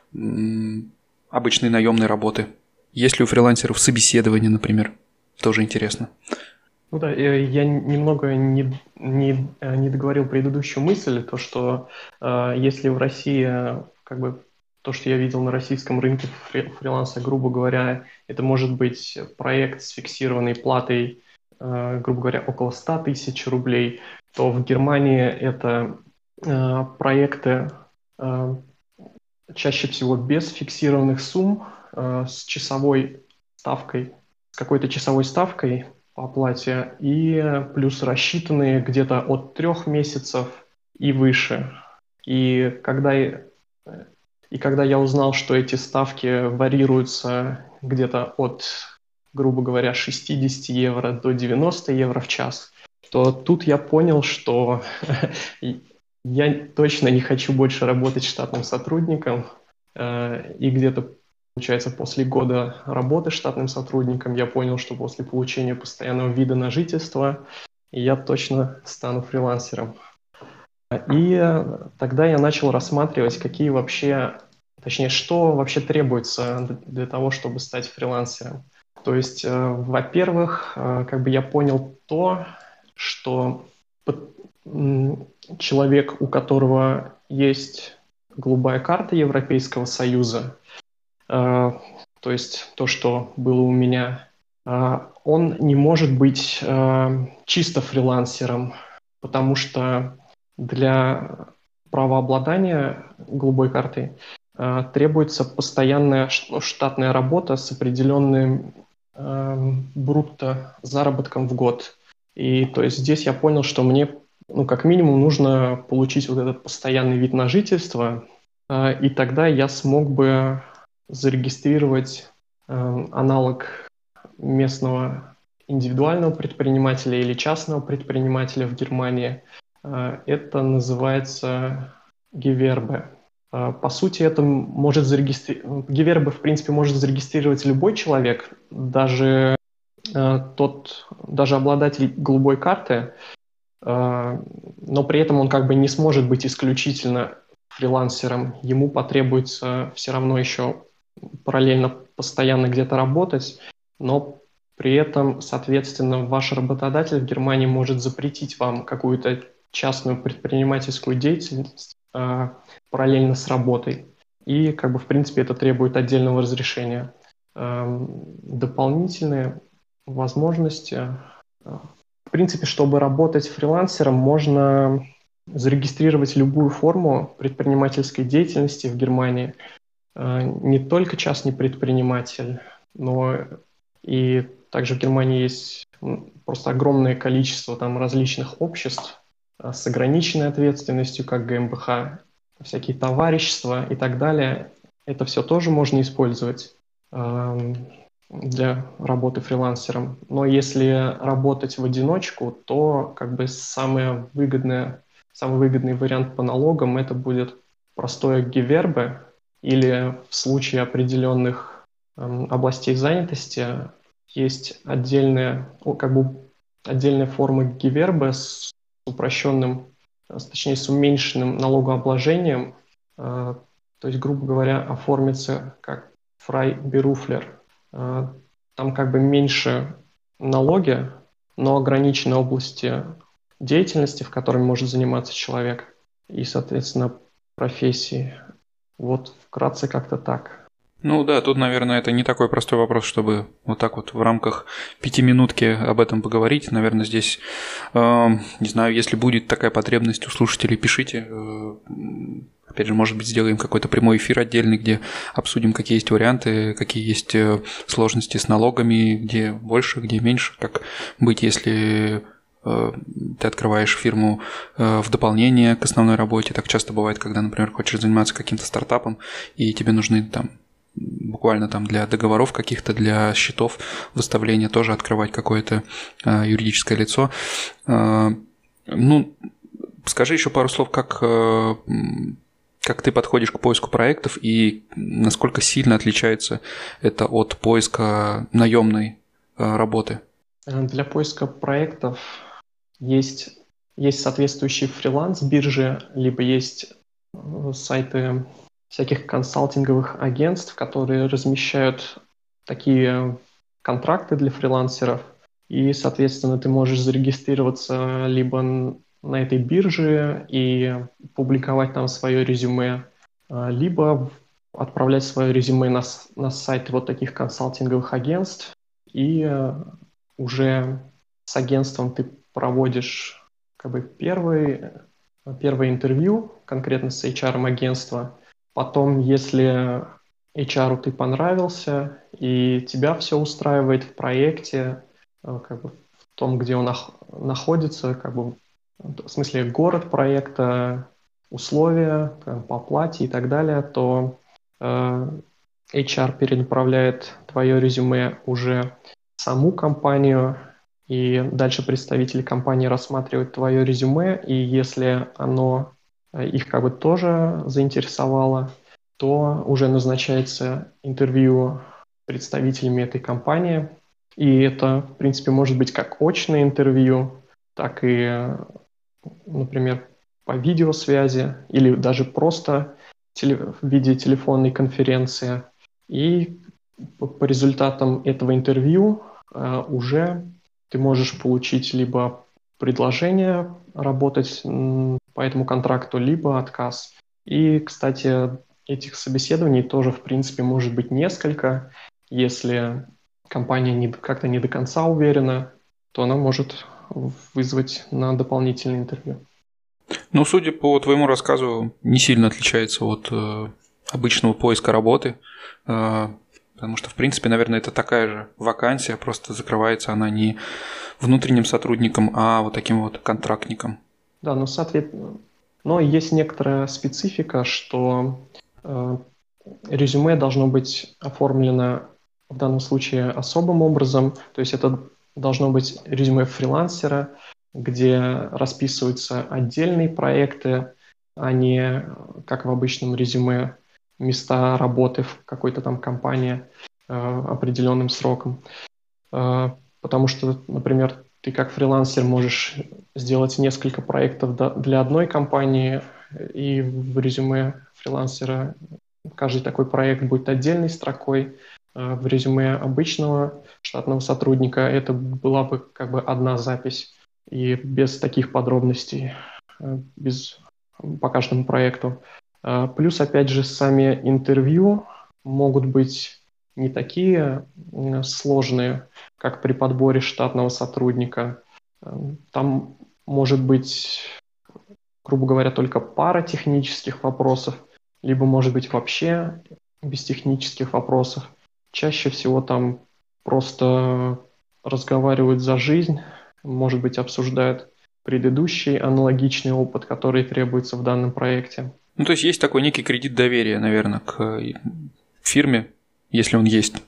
обычной наемной работы? Есть ли у фрилансеров собеседование, например? Тоже интересно. Ну да, я немного не, не, не договорил предыдущую мысль, то, что э, если в России, как бы, то, что я видел на российском рынке фри, фриланса, грубо говоря, это может быть проект с фиксированной платой, э, грубо говоря, около ста тысяч рублей, то в Германии это э, проекты э, чаще всего без фиксированных сумм, э, с часовой ставкой, с какой-то часовой ставкой по оплате, и плюс рассчитанные где-то от трех месяцев и выше. И когда, и когда я узнал, что эти ставки варьируются где-то от, грубо говоря, шестьдесят евро до девяноста евро в час, то тут я понял, что я точно не хочу больше работать штатным сотрудником, и где-то, получается, после года работы штатным сотрудником я понял, что после получения постоянного вида на жительство и я точно стану фрилансером. И тогда я начал рассматривать, какие вообще, точнее, что вообще требуется для того, чтобы стать фрилансером. То есть, э, во-первых, э, как бы я понял то, что под- м, человек, у которого есть голубая карта Европейского Союза, э, то есть то, что было у меня, э, он не может быть э, чисто фрилансером, потому что для правообладания голубой картой э, требуется постоянная ш- ну, штатная работа с определенным э, брутто заработком в год. И то есть здесь я понял, что мне, ну, как минимум, нужно получить вот этот постоянный вид на жительство, э, и тогда я смог бы зарегистрировать э, аналог местного индивидуального предпринимателя или частного предпринимателя в Германии. Э, Это называется Gewerbe. Э, По сути, это может зарегистрировать... Gewerbe, в принципе, может зарегистрировать любой человек, даже э, тот, даже обладатель голубой карты, э, но при этом он как бы не сможет быть исключительно фрилансером. Ему потребуется все равно еще параллельно постоянно где-то работать, но при этом, соответственно, ваш работодатель в Германии может запретить вам какую-то частную предпринимательскую деятельность э, параллельно с работой. И, как бы, в принципе, это требует отдельного разрешения. Эм, дополнительные возможности. э, В принципе, чтобы работать фрилансером, можно зарегистрировать любую форму предпринимательской деятельности в Германии. Э, Не только частный предприниматель, но и также в Германии есть м, просто огромное количество там различных обществ э, с ограниченной ответственностью, как ГМБХ, всякие товарищества и так далее. Это все тоже можно использовать эм, для работы фрилансером. Но если работать в одиночку, то как бы самое выгодное, самый выгодный вариант по налогам это будет простое Gewerbe, или в случае определенных эм, областей занятости есть отдельная, ну, как бы отдельная форма Gewerbe с упрощенным, э, с, точнее, с уменьшенным налогообложением, э, то есть, грубо говоря, оформиться как Freiberufler. Э, Там как бы меньше налоги, но ограничены области деятельности, в которой может заниматься человек, и, соответственно, профессии. Вот вкратце как-то так. Ну да, тут, наверное, это не такой простой вопрос, чтобы вот так вот в рамках пятиминутки об этом поговорить. Наверное, здесь, э, не знаю, если будет такая потребность у слушателей, пишите. Э, опять же, может быть, сделаем какой-то прямой эфир отдельный, где обсудим, какие есть варианты, какие есть э, сложности с налогами, где больше, где меньше, как быть, если э, ты открываешь фирму э, в дополнение к основной работе. Так часто бывает, когда, например, хочешь заниматься каким-то стартапом, и тебе нужны там буквально там для договоров каких-то, для счетов выставления тоже открывать какое-то э, юридическое лицо. Э, ну, скажи еще пару слов, как, э, как ты подходишь к поиску проектов и насколько сильно отличается это от поиска наемной э, работы. Для поиска проектов есть, есть соответствующие фриланс-биржи, либо есть э, сайты всяких консалтинговых агентств, которые размещают такие контракты для фрилансеров. И, соответственно, ты можешь зарегистрироваться либо н- на этой бирже и публиковать там свое резюме, а, либо отправлять свое резюме на, с- на сайт вот таких консалтинговых агентств, и э, уже с агентством ты проводишь как бы первый, первое интервью конкретно с эйч ар агентства. Потом, если эйч ар ты понравился и тебя все устраивает в проекте, э, как бы в том, где он нах- находится, как бы в смысле город проекта, условия там, по оплате и так далее, то э, эйч ар перенаправляет твое резюме уже в саму компанию, и дальше представители компании рассматривают твое резюме, и если оно э, их как бы тоже заинтересовало, то уже назначается интервью представителями этой компании. И это, в принципе, может быть как очное интервью, так и, например, по видеосвязи или даже просто теле- в виде телефонной конференции. И по, по результатам этого интервью э, уже ты можешь получить либо предложение работать м, по этому контракту, либо отказ. И, кстати, этих собеседований тоже, в принципе, может быть несколько. Если компания не, как-то не до конца уверена, то она может вызвать на дополнительное интервью. Ну, судя по твоему рассказу, не сильно отличается от э, обычного поиска работы, э, потому что, в принципе, наверное, это такая же вакансия, просто закрывается она не внутренним сотрудником, а вот таким вот контрактником. Да, ну, соответственно, но есть некоторая специфика, что э, резюме должно быть оформлено в данном случае особым образом, то есть это должно быть резюме фрилансера, где расписываются отдельные проекты, а не, как в обычном резюме, места работы в какой-то там компании э, определенным сроком. Э, потому что, например, ты как фрилансер можешь сделать несколько проектов до- для одной компании, и в резюме фрилансера каждый такой проект будет отдельной строкой. Э, В резюме обычного штатного сотрудника это была бы как бы одна запись и без таких подробностей, э, без, по каждому проекту. Э, Плюс, опять же, сами интервью могут быть не такие м, сложные, как при подборе штатного сотрудника. Э, Там может быть, грубо говоря, только пара технических вопросов, либо, может быть, вообще без технических вопросов. Чаще всего там просто разговаривают за жизнь, может быть, обсуждают предыдущий аналогичный опыт, который требуется в данном проекте. Ну, то есть есть такой некий кредит доверия, наверное, к э, фирме, если он есть.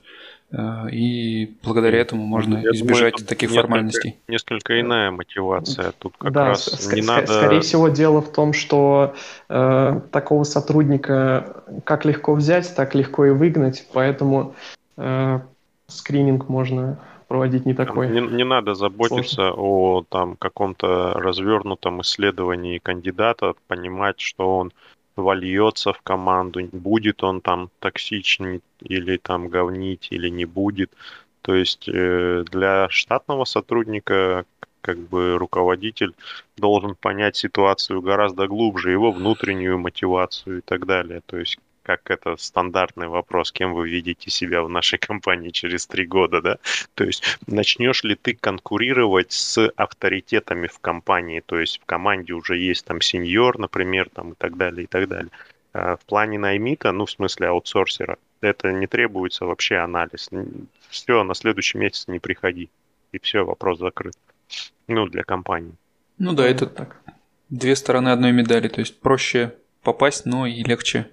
Э, И благодаря этому можно Я думаю, избежать тут таких несколько, формальностей. несколько иная мотивация. Тут как Да, с- раз не ск- ск- скорее надо. всего, дело в том, что э, такого сотрудника как легко взять, так легко и выгнать, поэтому э, скрининг можно проводить не Там такой Не, не надо сложный. заботиться о там каком-то развернутом исследовании кандидата, понимать, что он вольется в команду, будет он там токсичный или там говнить или не будет. То есть э, для штатного сотрудника как бы руководитель должен понять ситуацию гораздо глубже, его внутреннюю мотивацию и так далее. То есть как это стандартный вопрос, кем вы видите себя в нашей компании через три года, да? То есть начнешь ли ты конкурировать с авторитетами в компании, то есть в команде уже есть там сеньор, например, там и так далее, и так далее. А в плане наймита, ну, в смысле аутсорсера, это не требуется вообще анализ. Все, на следующий месяц не приходи. И все, вопрос закрыт. Ну, для компании. Ну да, Да, это это так. две стороны одной медали. То есть проще попасть, но и легче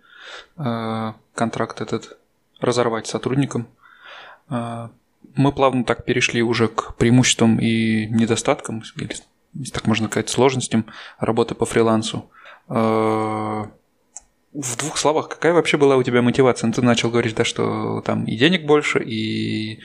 э, контракт этот разорвать с сотрудником. Э, Мы плавно так перешли уже к преимуществам и недостаткам, или, если так можно сказать, сложностям работы по фрилансу. Э, В двух словах, какая вообще была у тебя мотивация? Ну, ты начал говорить, да, что там и денег больше, и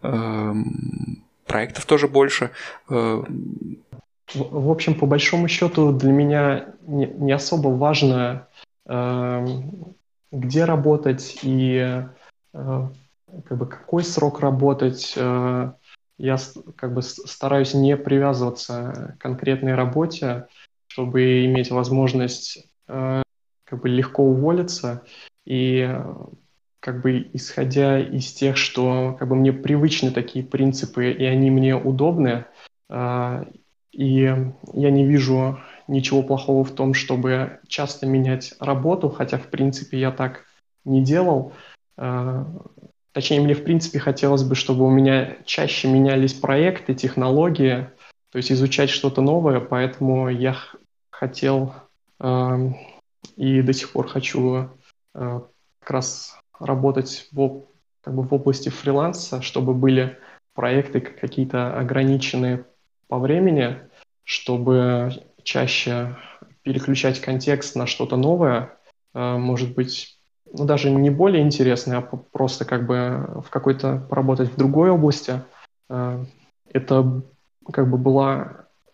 эм, проектов тоже больше. Э, В, в общем, по большому счету для меня не, не особо важно, э, где работать и э, как бы какой срок работать. Э, я с- как бы с- стараюсь не привязываться к конкретной работе, чтобы иметь возможность э, как бы легко уволиться и э, как бы исходя из тех, что как бы мне привычны такие принципы и они мне удобны, э, и я не вижу ничего плохого в том, чтобы часто менять работу, хотя, в принципе, я так не делал. Э, Точнее, мне, в принципе, хотелось бы, чтобы у меня чаще менялись проекты, технологии, то есть изучать что-то новое, поэтому я х- хотел э, и до сих пор хочу э, как раз работать в, об- как бы в области фриланса, чтобы были проекты к- какие-то ограниченные по времени, чтобы чаще переключать контекст на что-то новое, э, может быть, ну, даже не более интересное, а по- просто как бы в какой-то поработать в другой области. Э, Это как бы была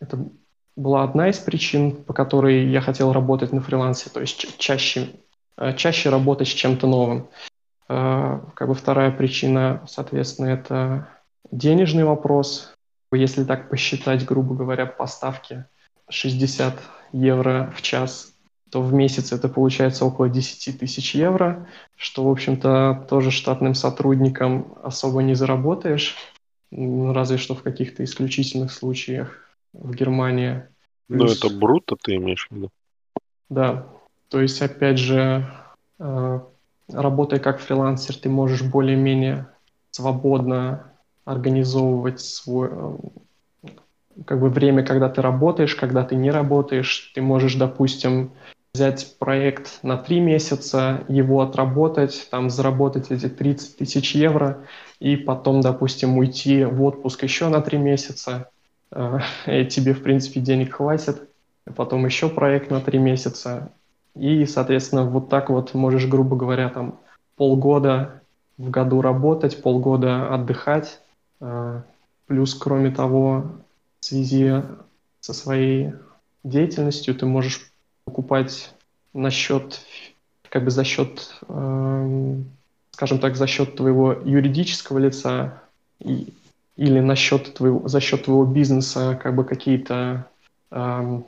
Это была одна из причин, по которой я хотел работать на фрилансе, то есть ча- чаще, э, чаще работать с чем-то новым. Э, Как бы вторая причина, соответственно, это денежный вопрос. Если так посчитать, грубо говоря, по ставке шестьдесят евро в час, то в месяц это получается около десять тысяч евро, что, в общем-то, тоже штатным сотрудникам особо не заработаешь, м, разве что в каких-то исключительных случаях в Германии. Ну, это Плюс, бруто ты имеешь в виду? да, то есть, опять же, э, работая как фрилансер, ты можешь более-менее свободно организовывать свой, э, как бы время, когда ты работаешь, когда ты не работаешь. Ты можешь, допустим, взять проект на три месяца, его отработать, там заработать эти тридцать тысяч евро, и потом, допустим, уйти в отпуск еще на три месяца. Э, И тебе, в принципе, денег хватит. Потом еще проект на три месяца. И, соответственно, вот так вот можешь, грубо говоря, там полгода в году работать, полгода отдыхать. Э, Плюс, кроме того, в связи со своей деятельностью ты можешь покупать на счет, как бы за счет, эм, скажем так, за счет твоего юридического лица и, или на счет твоего, за счет твоего бизнеса, как бы какие-то эм,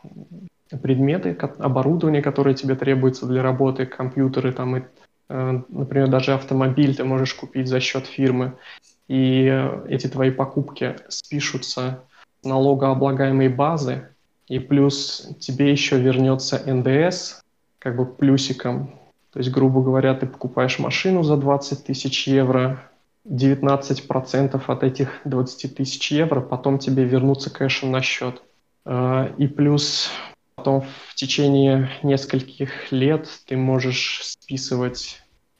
предметы, ко- оборудование, которое тебе требуется для работы, компьютеры, там, и, э, например, даже автомобиль ты можешь купить за счет фирмы, и э, эти твои покупки спишутся с налогооблагаемой базы, и плюс тебе еще вернется эн дэ эс, как бы плюсиком. То есть, грубо говоря, ты покупаешь машину за двадцать тысяч евро, девятнадцать процентов от этих двадцати тысяч евро потом тебе вернутся кэшем на счет. Э, И плюс потом в течение нескольких лет ты можешь списывать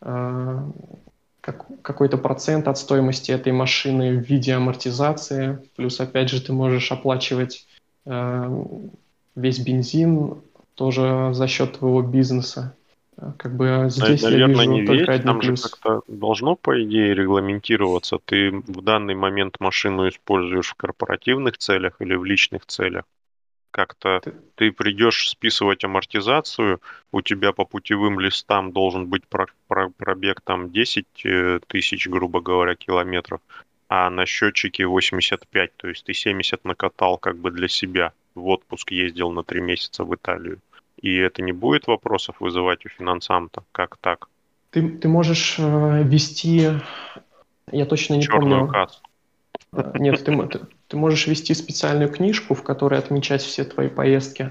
э, как- какой-то процент от стоимости этой машины в виде амортизации. Плюс, опять же, ты можешь оплачивать э, весь бензин тоже за счет твоего бизнеса. Э, Как бы На- здесь я Наверное, вижу не только весь. один Там же плюс. как-то должно, по идее, регламентироваться. Ты в данный момент машину используешь в корпоративных целях или в личных целях. Как-то Ты- ты придешь списывать амортизацию, у тебя по путевым листам должен быть про- про- пробег там десять э, тысяч, грубо говоря, километров, а на счетчике восемьдесят пять, то есть ты семьдесят накатал как бы для себя. В отпуск ездил на три месяца в Италию. И это не будет вопросов вызывать у финансамта? Как так? Ты, ты можешь э, вести, я точно не Черную помню, кассу. э, нет, ты, мо- ты, ты можешь вести специальную книжку, в которой отмечать все твои поездки.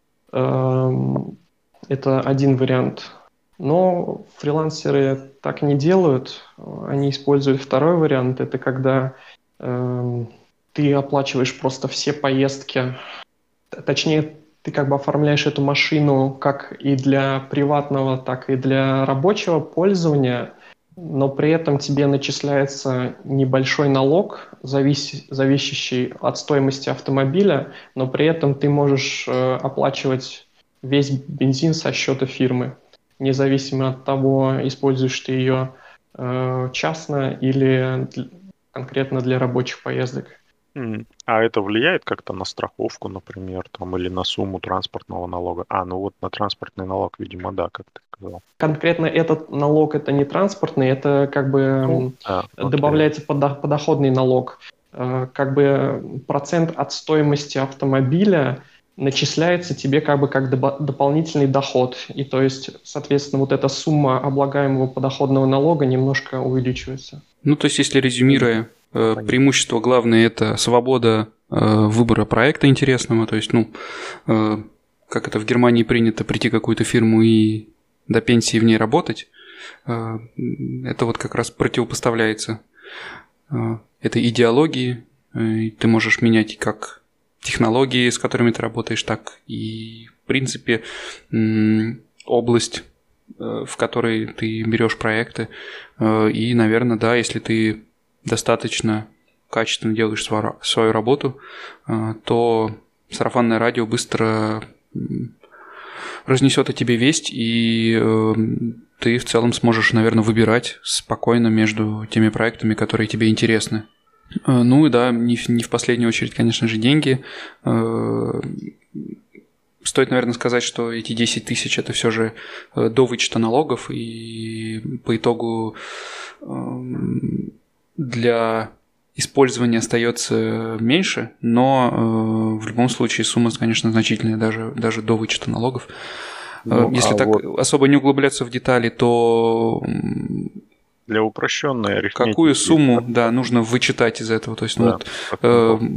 Эм, Это один вариант. Но фрилансеры так не делают. Они используют второй вариант. Это когда эм, ты оплачиваешь просто все поездки. Т- Точнее, ты как бы оформляешь эту машину как и для приватного, так и для рабочего пользования, но при этом тебе начисляется небольшой налог, завис- зависящий от стоимости автомобиля, но при этом ты можешь э, оплачивать весь бензин со счета фирмы, независимо от того, используешь ты ее э, частно или дл- конкретно для рабочих поездок. М. А это влияет как-то на страховку, например, там, или на сумму транспортного налога? А, ну вот на транспортный налог, видимо, да, как ты сказал. Конкретно этот налог это не транспортный, это как бы Ну, м, да, окей. добавляется подо- подоходный налог. Э, Как бы процент от стоимости автомобиля начисляется тебе как бы как доба- дополнительный доход. И то есть, соответственно, вот эта сумма облагаемого подоходного налога немножко увеличивается. Ну, то есть, если резюмируя, э, Понятно. преимущество главное – это свобода э, выбора проекта интересного. То есть, ну, э, как это в Германии принято, прийти в какую-то фирму и до пенсии в ней работать. э, Это вот как раз противопоставляется э, этой идеологии. Э, и Ты можешь менять как технологии, с которыми ты работаешь, так и, в принципе, м, область, э, в которой ты берешь проекты. Э, И, наверное, да, если ты достаточно качественно делаешь свою, свою работу, э, то сарафанное радио быстро м, разнесет о тебе весть, и э, ты в целом сможешь, наверное, выбирать спокойно между теми проектами, которые тебе интересны. Э, Ну и да, не, в- не в последнюю очередь, конечно же, деньги. Э, Стоит, наверное, сказать, что эти десять тысяч – это все же э, до вычета налогов, и по итогу эм, для использования остается меньше, но э, в любом случае сумма, конечно, значительная, даже, даже до вычета налогов. Э, Ну, Если а так вот особо не углубляться в детали, то м, для упрощенной какую арифметики, сумму, да, нужно вычитать из этого? То есть, ну да, вот э, процентов.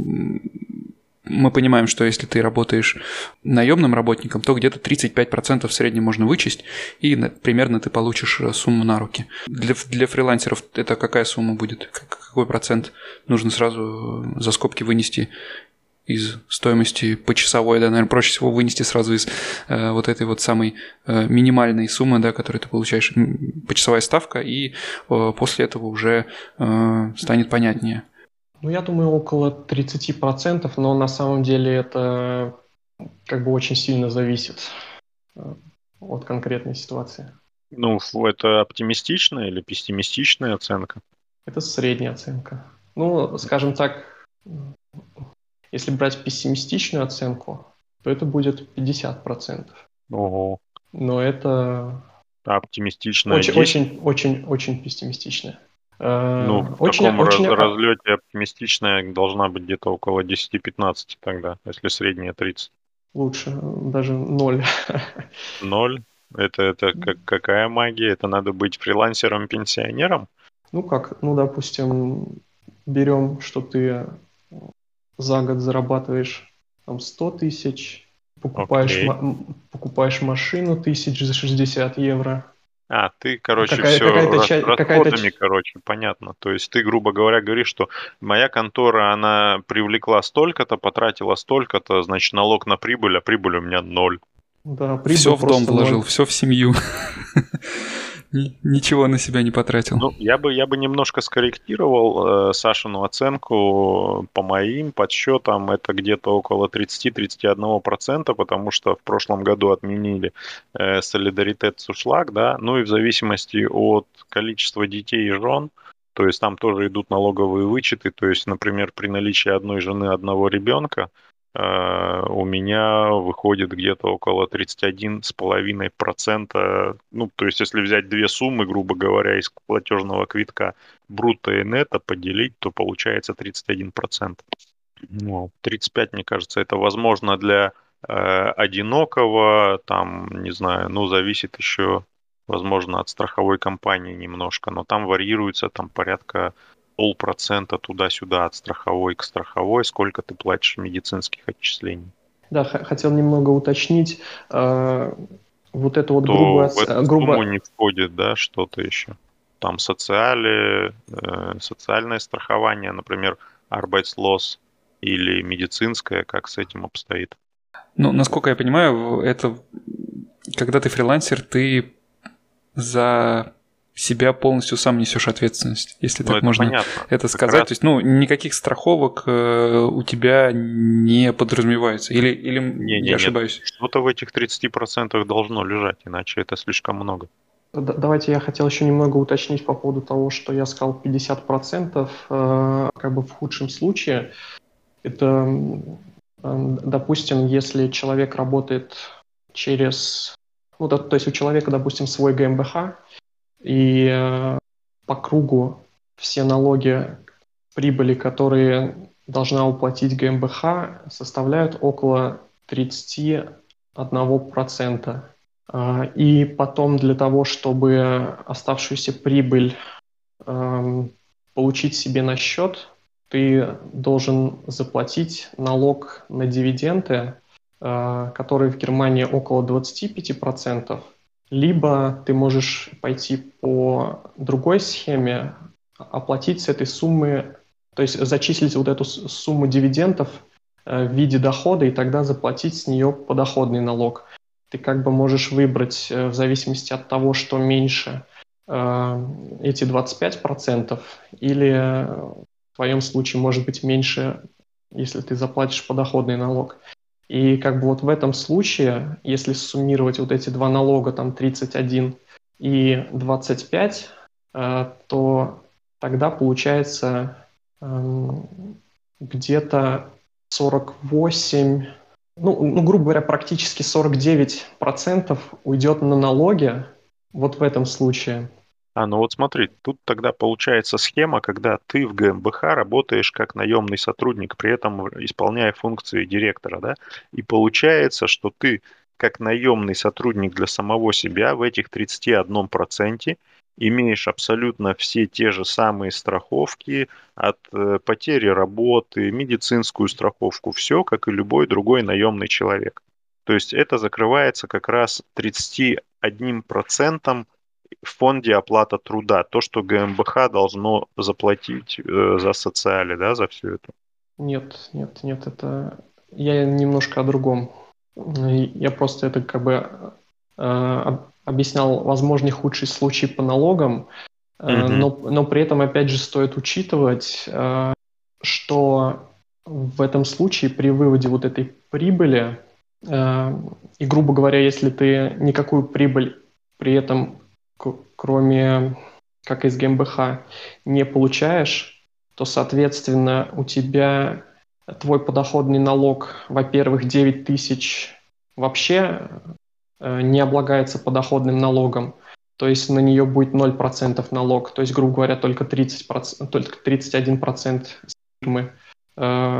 мы понимаем, что если ты работаешь наемным работником, то где-то тридцать пять процентов в среднем можно вычесть, и на- примерно ты получишь э, сумму на руки. Для, ф- для фрилансеров это какая сумма будет? Как- Какой процент нужно сразу э, за скобки вынести из стоимости почасовой, да, наверное, проще всего вынести сразу из э, вот этой вот самой э, минимальной суммы, да, которую ты получаешь, м, почасовая ставка, и э, после этого уже э, станет понятнее. Ну, я думаю, около тридцати процентов, но на самом деле это как бы очень сильно зависит э, от конкретной ситуации. Ну, ф- это оптимистичная или пессимистичная оценка? Это средняя оценка. Ну, скажем так, если брать пессимистичную оценку, то это будет пятьдесят процентов. Ого. Но это А оптимистичная очень, десять? очень, очень, очень пессимистично. Э, Ну, в Очень, таком раз- очень, а, разлете оптимистичная должна быть где-то около десяти-пятнадцати тогда, если средняя тридцать. лучше, даже ноль. Ноль. Это, это как, какая магия? Это надо быть фрилансером-пенсионером? Ну как, ну, допустим, берем, что ты за год зарабатываешь там сто тысяч, покупаешь, Окей. ма- м, покупаешь машину тысяч за шестьдесят евро. А, ты, короче, Какая, все какая-то часть, какая-то, расходами, ч- короче, понятно. То есть ты, грубо говоря, говоришь, что моя контора, она привлекла столько-то, потратила столько-то, значит, налог на прибыль, а прибыль у меня ноль. да, прибыль Все в дом просто вложил, ноль. все в семью. Ни- Ничего на себя не потратил. Ну, я бы, я бы немножко скорректировал э, Сашину оценку по моим подсчетам. Это где-то около тридцать-тридцать один процент, потому что в прошлом году отменили э, солидаритет сушлаг, да, ну и в зависимости от количества детей и жен, то есть там тоже идут налоговые вычеты, то есть, например, при наличии одной жены, одного ребенка, э, у меня выходит где-то около тридцать один с половиной процента. Ну, то есть, если взять две суммы, грубо говоря, из платежного квитка брутто и нетто поделить, то получается тридцать один процент. Ну, тридцать пять, мне кажется, это возможно для э, одинокого, там, не знаю, ну, зависит еще, возможно, от страховой компании немножко, но там варьируется там порядка полпроцента туда-сюда от страховой к страховой, сколько ты платишь медицинских отчислений. Да, х- хотел немного уточнить. э, Вот эту вот грубую, То в оц- эту э, сумму грубо, не входит, да, что-то еще. Там социали, э, социальное страхование, например, Arbeitslos или медицинское, как с этим обстоит. Ну, насколько я понимаю, это когда ты фрилансер, ты за себя полностью сам несешь ответственность, если Ну, так это можно понятно. это Как сказать. раз, То есть, ну, никаких страховок э, у тебя не подразумевается. Или, или я не-не-нет, ошибаюсь? что-то в этих тридцати процентах должно лежать, иначе это слишком много. д- давайте я хотел еще немного уточнить по поводу того, что я сказал пятьдесят процентов, э, как бы в худшем случае. Это, м, м, допустим, если человек работает через, ну, да, то есть у человека, допустим, свой ГmbH, и э, по кругу все налоги прибыли, которые должна уплатить ГmbH, составляют около тридцать один процент. А, И потом для того, чтобы оставшуюся прибыль эм, получить себе на счет, ты должен заплатить налог на дивиденды, э, который в Германии около двадцать пять процентов. Либо ты можешь пойти по другой схеме, оплатить с этой суммы, то есть зачислить вот эту с- сумму дивидендов э, в виде дохода и тогда заплатить с нее подоходный налог. Ты как бы можешь выбрать э, в зависимости от того, что меньше, э, эти двадцать пять процентов, или э, в твоем случае может быть меньше, если ты заплатишь подоходный налог. И как бы вот в этом случае, если суммировать вот эти два налога, там тридцать один и двадцать пять, э, то тогда получается эм, где-то сорок восемь, ну, ну, грубо говоря, практически сорок девять процентов уйдет на налоги, вот в этом случае. А, ну вот смотри, тут тогда получается схема, когда ты в ГМБХ работаешь как наемный сотрудник, при этом исполняя функции директора, да? И получается, что ты как наемный сотрудник для самого себя в этих тридцати одном проценте имеешь абсолютно все те же самые страховки от э, потери работы, медицинскую страховку, все как и любой другой наемный человек. То есть это закрывается как раз тридцатью одним процентом в фонде оплата труда, то, что ГМБХ должно заплатить э, за социали, да, за все это. Нет, нет, нет, это... Я немножко о другом. Я просто это как бы э, объяснял возможный худший случай по налогам, э, Мгм. но, но при этом, опять же, стоит учитывать, э, что в этом случае при выводе вот этой прибыли, э, и, грубо говоря, если ты никакую прибыль при этом, к- кроме как из ГМБХ, не получаешь, то, соответственно, у тебя твой подоходный налог, во-первых, девять тысяч вообще э, не облагается подоходным налогом, то есть на нее будет ноль процентов налог, то есть, грубо говоря, только тридцать процентов, только тридцать один процент с фирмы э,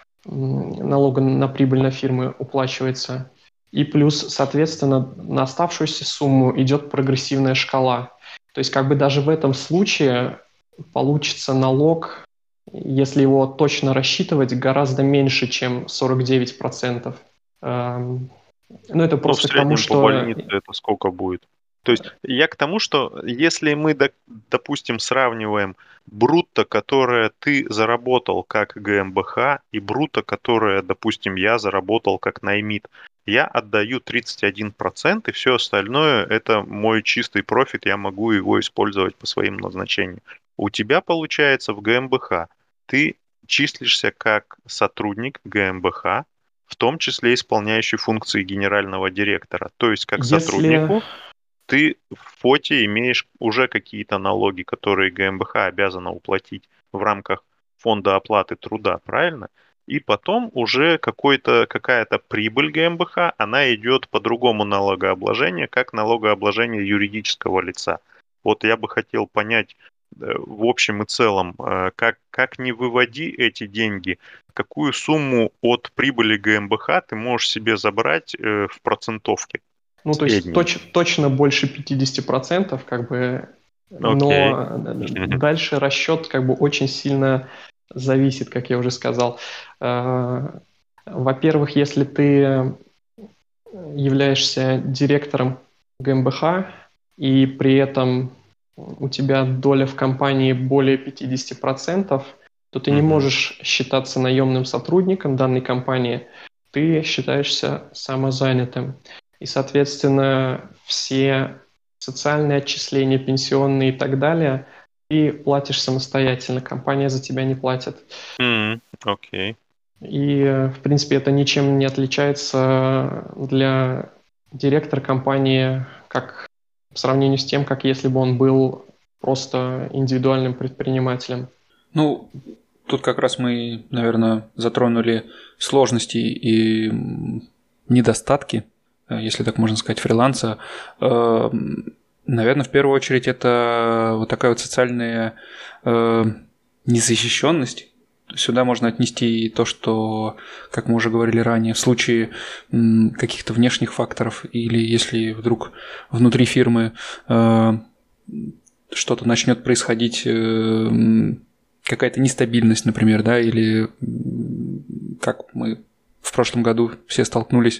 налога на прибыль на фирмы уплачивается. И плюс, соответственно, на оставшуюся сумму идет прогрессивная шкала. То есть как бы даже в этом случае получится налог, если его точно рассчитывать, гораздо меньше, чем сорок девять процентов. Эм, Ну, это Ну, в просто к тому, среднем по что... больнице это сколько будет? То есть я к тому, что если мы, до- допустим, сравниваем брутто, которое ты заработал как ГМБХ, и брутто, которое, допустим, я заработал как наймит, я отдаю тридцать один процент, и все остальное это мой чистый профит, я могу его использовать по своим назначениям. У тебя получается в ГМБХ ты числишься как сотрудник ГМБХ, в том числе исполняющий функции генерального директора. То есть как Если... сотруднику ты в ФОТе имеешь уже какие-то налоги, которые ГМБХ обязана уплатить в рамках фонда оплаты труда, правильно? И потом уже какой-то, какая-то прибыль ГМБХ, она идет по другому налогообложению, как налогообложение юридического лица. Вот я бы хотел понять э, в общем и целом, э, как, как не выводи эти деньги, какую сумму от прибыли ГМБХ ты можешь себе забрать э, в процентовке Ну, то есть средней. точ, точно больше пятьдесят процентов, как бы, Окей. но дальше расчет как бы очень сильно зависит, как я уже сказал. Э, Во-первых, если ты являешься директором ГМБХ, и при этом у тебя доля в компании более пятьдесят процентов, то ты не Мгм. можешь считаться наемным сотрудником данной компании, ты считаешься самозанятым. И, соответственно, все социальные отчисления, пенсионные и так далее, ты платишь самостоятельно, компания за тебя не платит. М, Окей. И, э, в принципе, это ничем не отличается для директора компании, как в сравнении с тем, как если бы он был просто индивидуальным предпринимателем. Ну, тут как раз мы, наверное, затронули сложности и м, недостатки, э, если так можно сказать, фриланса. Э, Наверное, в первую очередь это вот такая вот социальная э, незащищенность. Сюда можно отнести и то, что, как мы уже говорили ранее, в случае м, каких-то внешних факторов или если вдруг внутри фирмы э, что-то начнет происходить, э, м, какая-то нестабильность, например, да, или м, как мы в прошлом году все столкнулись,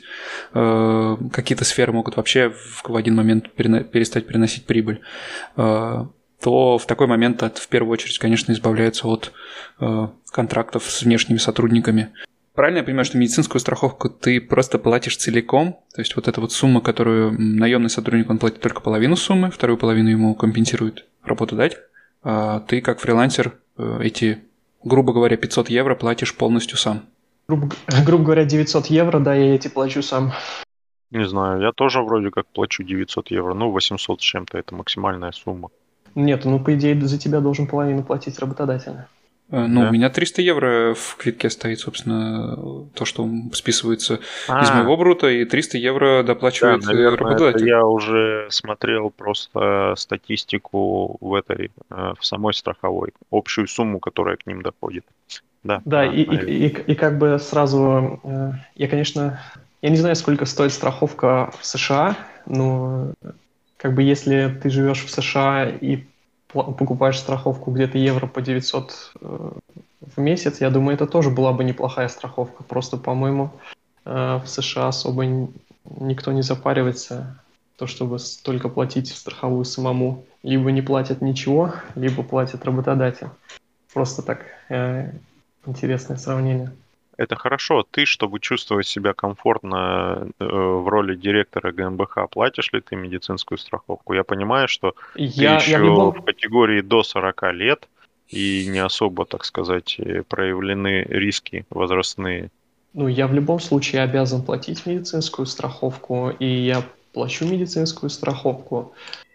э, какие-то сферы могут вообще в, в один момент перена- перестать приносить прибыль, э, то в такой момент от, в первую очередь, конечно, избавляются от э, контрактов с внешними сотрудниками. Правильно я понимаю, что медицинскую страховку ты просто платишь целиком, то есть вот эта вот сумма, которую наемный сотрудник, он платит только половину суммы, вторую половину ему компенсирует работодатель, а ты как фрилансер э, эти, грубо говоря, пятьсот евро платишь полностью сам. Грубо, грубо говоря, девятьсот евро, да, я эти плачу сам. Не знаю, я тоже вроде как плачу девятьсот евро, ну восемьсот с чем-то, это максимальная сумма. Нет, ну, по идее, за тебя должен половину платить работодатель. Э, Ну, у Да? меня триста евро в квитке стоит, собственно, то, что списывается из А, моего брута, и триста евро да, доплачивает э, наверное, это работодатель. я уже смотрел просто статистику в этой, э, в самой страховой, общую сумму, которая к ним доходит. Да, Да, да, и, и, наверное. и, и как бы сразу, э, я, конечно, я не знаю, сколько стоит страховка в США, но как бы если ты живешь в США и пла- покупаешь страховку где-то евро по девятьсот э, в месяц, я думаю, это тоже была бы неплохая страховка. Просто, по-моему, э, в США особо н- никто не запаривается, то, чтобы столько платить в страховую самому. Либо не платят ничего, либо платит работодатель. Просто так, э, интересное сравнение. Это хорошо. Ты, чтобы чувствовать себя комфортно э, в роли директора ГМБХ, платишь ли ты медицинскую страховку? Я понимаю, что ты Я, я в еще в любом, категории до сорока лет и не особо, так сказать, э, проявлены риски возрастные. ну, я в любом случае обязан платить медицинскую страховку, и я плачу медицинскую страховку.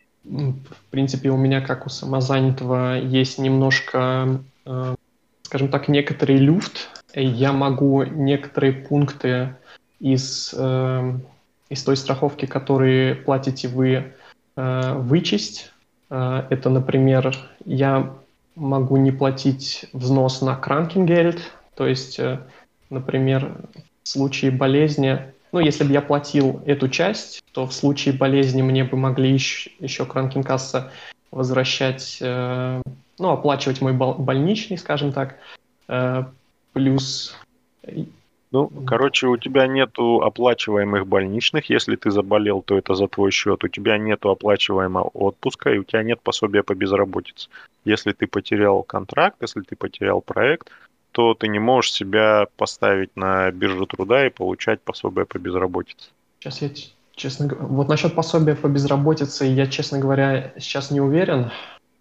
М, В принципе, у меня, как у самозанятого, есть немножко, э, скажем так, некоторый люфт. И я могу некоторые пункты из, э, из той страховки, которые платите вы, э, вычесть. Э, Это, например, я могу не платить взнос на Krankengeld, то есть, э, например, в случае болезни, ну, если бы я платил эту часть, то в случае болезни мне бы могли еще, еще Кранкенкасса возвращать, э, ну, оплачивать мой бол- больничный, скажем так, э, плюс... э, Ну, короче, у тебя нету оплачиваемых больничных. Если ты заболел, то это за твой счет. У тебя нету оплачиваемого отпуска, и у тебя нет пособия по безработице. Если ты потерял контракт, если ты потерял проект, то ты не можешь себя поставить на биржу труда и получать пособие по безработице. Сейчас я, ч- честно говоря, вот насчет пособия по безработице я, честно говоря, сейчас не уверен.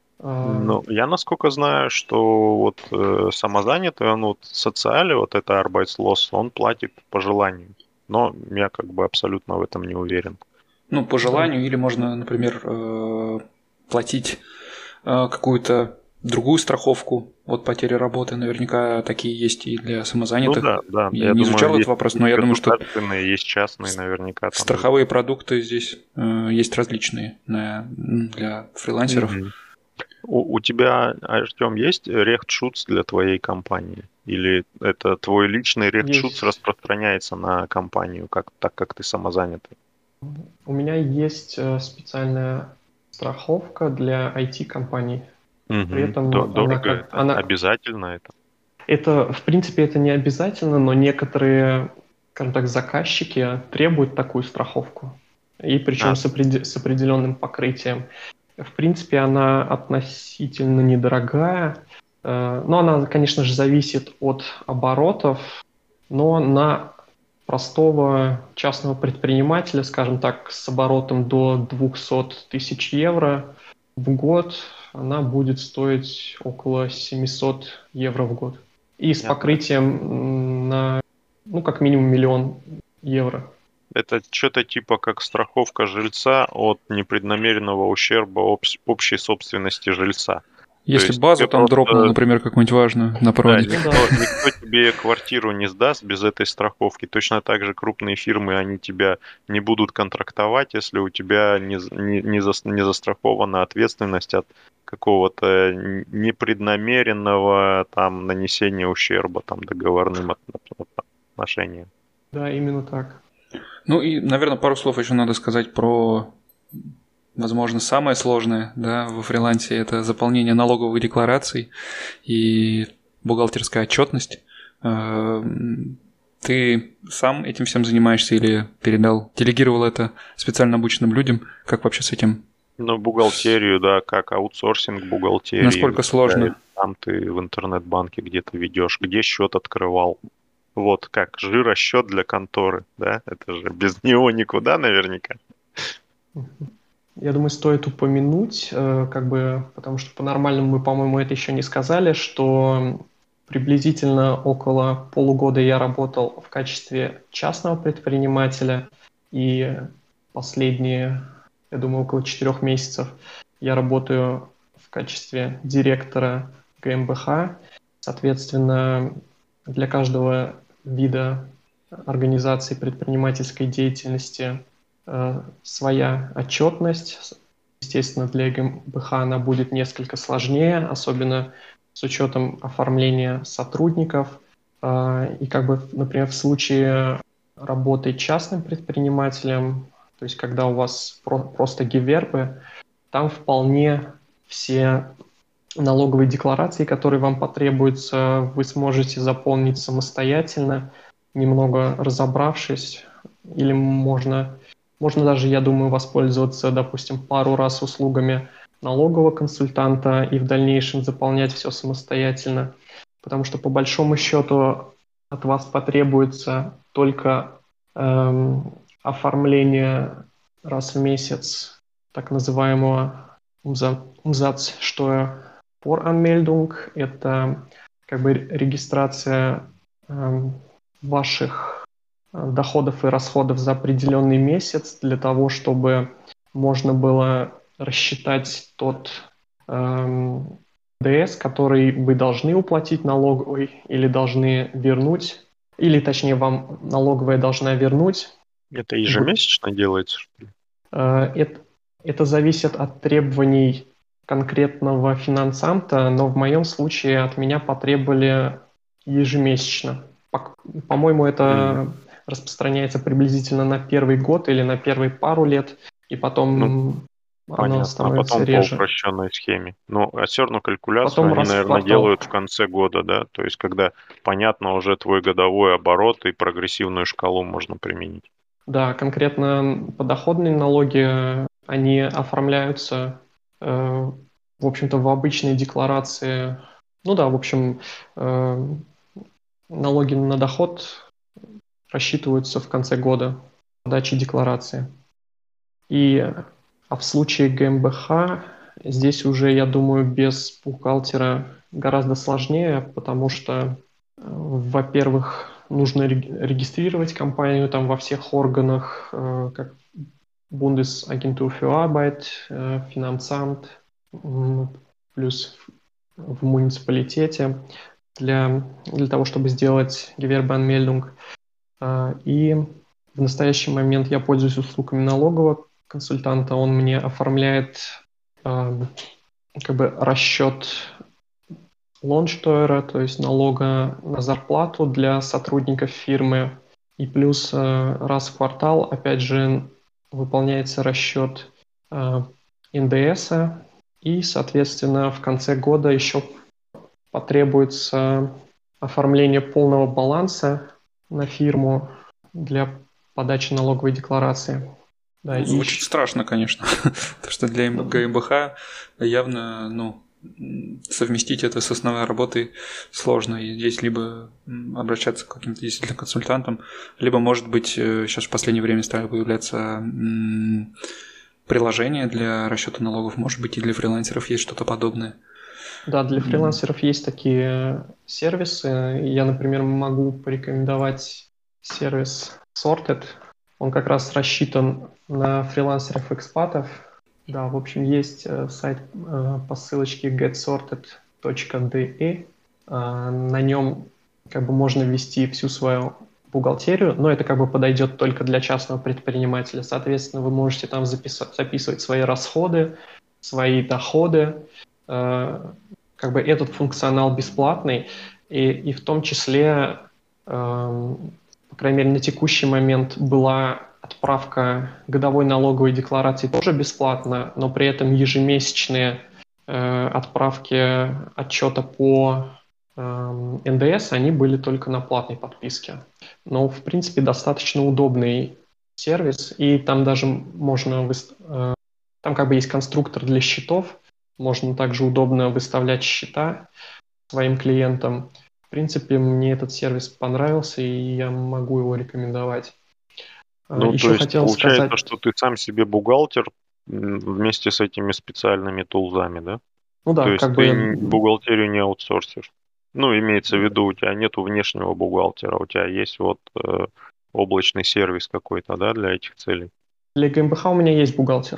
Э, Ну, я насколько знаю, что вот э, самозанятый, он вот социале, вот это Arbeitslos, он платит по желанию. Но я как бы абсолютно в этом не уверен. Ну, по да, желанию, или можно, например, э, платить э, какую-то другую страховку от потери работы. Наверняка такие есть и для Ну самозанятых. да, да, Я я не думаю, изучал этот есть, вопрос, но есть я думаю, что государственные, есть частные, с- наверняка там есть. страховые продукты здесь э, есть различные на- для фрилансеров. Мгм. У, у тебя, Артем, есть рехтшутс для твоей компании? Или это твой личный рехтшутс есть. распространяется на компанию, как, так как ты самозанятый? У меня есть э, специальная страховка для I T-компаний. При Мгм. До- этом она Дорого как... это? Она, Обязательно это? это, в принципе, это не обязательно, но некоторые, скажем так, заказчики требуют такую страховку. И причем А, с, опреде- с определенным покрытием. В принципе, она относительно недорогая. Э, Но она, конечно же, зависит от оборотов, но на простого частного предпринимателя, скажем так, с оборотом до двухсот тысяч евро в год, она будет стоить около семьсот евро в год. И с понятно. покрытием м, на, ну, как минимум миллион евро. Это что-то типа как страховка жильца от непреднамеренного ущерба общ- общей собственности жильца. То Если есть базу тебе там дропнул, просто, например, какую-нибудь важную на да, проводе. Ну да. никто, никто тебе квартиру не сдаст без этой страховки. Точно так же крупные фирмы, они тебя не будут контрактовать, если у тебя не, з- не, не, зас- не застрахована ответственность от какого-то н- непреднамеренного там нанесения ущерба там договорным от- от- отношениям. Да, именно так. Ну и, наверное, пару слов еще надо сказать про, возможно, самое сложное, да, во фрилансе – это заполнение налоговых деклараций и бухгалтерская отчетность. Э, Ты сам этим всем занимаешься или передал, делегировал это специально обученным людям? Как вообще с этим? Ну, бухгалтерию, да, как аутсорсинг бухгалтерии у Насколько тебя, или сложно? там ты в интернет-банке где-то ведешь, где счет открывал. Вот как жиросчет для конторы, да, это же без него никуда наверняка. Я думаю, стоит упомянуть, э, как бы, потому что по-нормальному мы, по-моему, это еще не сказали, что приблизительно около полугода я работал в качестве частного предпринимателя, и последние, я думаю, около четырех месяцев я работаю в качестве директора ГМБХ. Соответственно, для каждого вида организации предпринимательской деятельности э, своя отчетность. Естественно, для ГmbH она будет несколько сложнее, особенно с учетом оформления сотрудников. Э, и как бы, например, в случае работы частным предпринимателем, то есть когда у вас про- просто гивербы, там вполне все налоговые декларации, которые вам потребуются, вы сможете заполнить самостоятельно, немного разобравшись, или можно, можно даже, я думаю, воспользоваться, допустим, пару раз услугами налогового консультанта и в дальнейшем заполнять все самостоятельно, потому что по большому счету от вас потребуется только эм, оформление раз в месяц так называемого Umsatzsteuer Voranmeldung — это как бы регистрация э, ваших доходов и расходов за определенный месяц для того, чтобы можно было рассчитать тот э, д с, который вы должны уплатить налоговой или должны вернуть, или точнее вам налоговая должна вернуть. Это ежемесячно делается, что ли? Э, это, это зависит от требований конкретного финансамта, но в моем случае от меня потребовали ежемесячно. По- По-моему, это Мгм. распространяется приблизительно на первый год или на первые пару лет, и Ну, потом оно понятно. А становится потом по реже. упрощенной схеме. Ну, а все равно калькуляцию Потом они, раз в наверное, квартал. делают в конце года, да? То есть, когда понятно уже твой годовой оборот и прогрессивную шкалу можно применить. Да, конкретно подоходные налоги, они оформляются, э, в общем-то, в обычной декларации. Ну да, в общем, э, налоги на доход рассчитываются в конце года подачи декларации. И а в случае ГmbH здесь уже, я думаю, без бухгалтера гораздо сложнее, потому что, э, во-первых, нужно реги- регистрировать компанию там во всех органах, э, как Bundesagentur für Arbeit, э, Finanzamt, м, плюс в муниципалитете для, для того, чтобы сделать Gewerbeanmeldung. А, И в настоящий момент я пользуюсь услугами налогового консультанта. Он мне оформляет а, как бы расчет лонштойера, то есть налога на зарплату для сотрудников фирмы. И плюс э, раз в квартал, опять же, выполняется расчет э, эн дэ эс. И, соответственно, в конце года еще потребуется оформление полного баланса на фирму для подачи налоговой декларации. Да, Ну, и звучит ещё- страшно, конечно. То, что для ГmbH явно, ну, м, совместить это с основной работой сложно. И здесь либо м, обращаться к каким-то действительно консультантам, либо, может быть, э, сейчас в последнее время стали появляться м, приложения для расчета налогов, может быть, и для фрилансеров есть что-то подобное. Да, для М, фрилансеров есть такие сервисы. Я, например, могу порекомендовать сервис Sorted. Он как раз рассчитан на фрилансеров-экспатов. Да, в общем, есть э, сайт э, по ссылочке get sorted точка ди и. А, На нем как бы можно ввести всю свою бухгалтерию, но это как бы подойдет только для частного предпринимателя. Соответственно, вы можете там записать, записывать свои расходы, свои доходы. Э, Как бы этот функционал бесплатный, и, и в том числе, эм, по крайней мере, на текущий момент была отправка годовой налоговой декларации тоже бесплатно, но при этом ежемесячные э, отправки отчета по эм, эн дэ эс, они были только на платной подписке. Но, в принципе, достаточно удобный сервис, и там даже можно... выс- э, там как бы есть конструктор для счетов, можно также удобно выставлять счета своим клиентам. В принципе, мне этот сервис понравился, и я могу его рекомендовать. А, Ну, то Еще есть хотел получается, сказать, что ты сам себе бухгалтер м, вместе с этими специальными тулзами, да? ну То да, есть как ты бы, н- бухгалтерию не аутсорсишь. Ну, имеется в виду, у тебя нету внешнего бухгалтера, у тебя есть вот э, облачный сервис какой-то, да, для этих целей. для ГmbH у меня есть бухгалтер.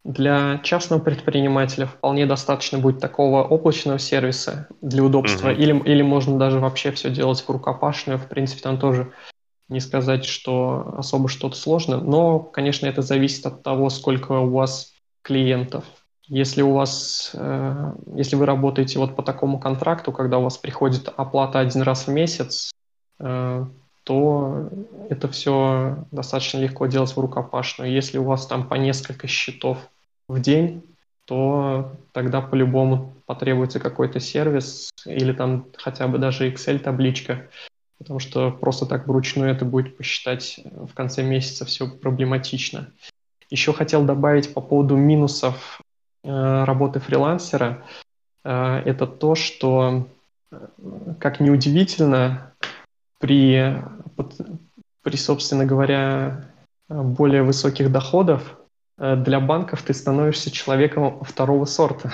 Для частного предпринимателя вполне достаточно будет такого облачного сервиса для удобства, Мгм. или, или можно даже вообще все делать в рукопашную. В принципе, там тоже не сказать, что особо что-то сложно, но, конечно, это зависит от того, сколько у вас клиентов. Если у вас, э, если вы работаете вот по такому контракту, когда у вас приходит оплата один раз в месяц, э, то это все достаточно легко делать в рукопашную. Если у вас там по несколько счетов в день, то тогда по-любому потребуется какой-то сервис или там хотя бы даже Excel-табличка, потому что просто так вручную это будет посчитать в конце месяца все проблематично. Еще хотел добавить по поводу минусов э, работы фрилансера. Э, это то, что, э, как ни удивительно, при, при, собственно говоря, более высоких доходов э, для банков ты становишься человеком второго сорта.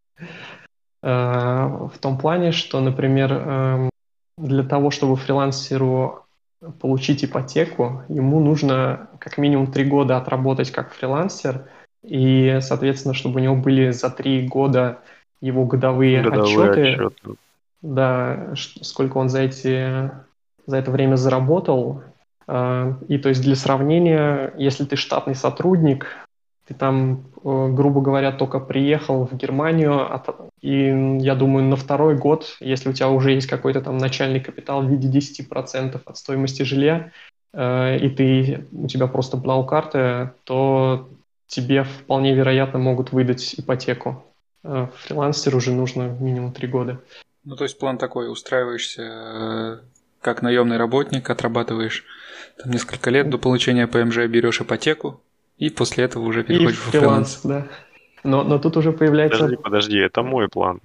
Э, В том плане, что, например, эм, для того, чтобы фрилансеру получить ипотеку, ему нужно как минимум три года отработать как фрилансер, и, соответственно, чтобы у него были за три года его годовые Годовые отчеты, отчеты. да, ш- сколько он за эти, за это время заработал. Э, И то есть для сравнения, если ты штатный сотрудник, ты там, э, грубо говоря, только приехал в Германию, от- и я думаю, на второй год, если у тебя уже есть какой-то там начальный капитал в виде десять процентов от стоимости жилья, э, и ты, у тебя просто блау-карты, то тебе вполне вероятно могут выдать ипотеку. Э, Фрилансеру уже нужно минимум три года. Ну, то есть план такой, устраиваешься э, как наемный работник, отрабатываешь там несколько лет до получения ПМЖ, берешь ипотеку, и после этого уже И переходишь во фриланс, фриланс. да. Но, но тут уже появляется... Подожди, подожди, это мой план.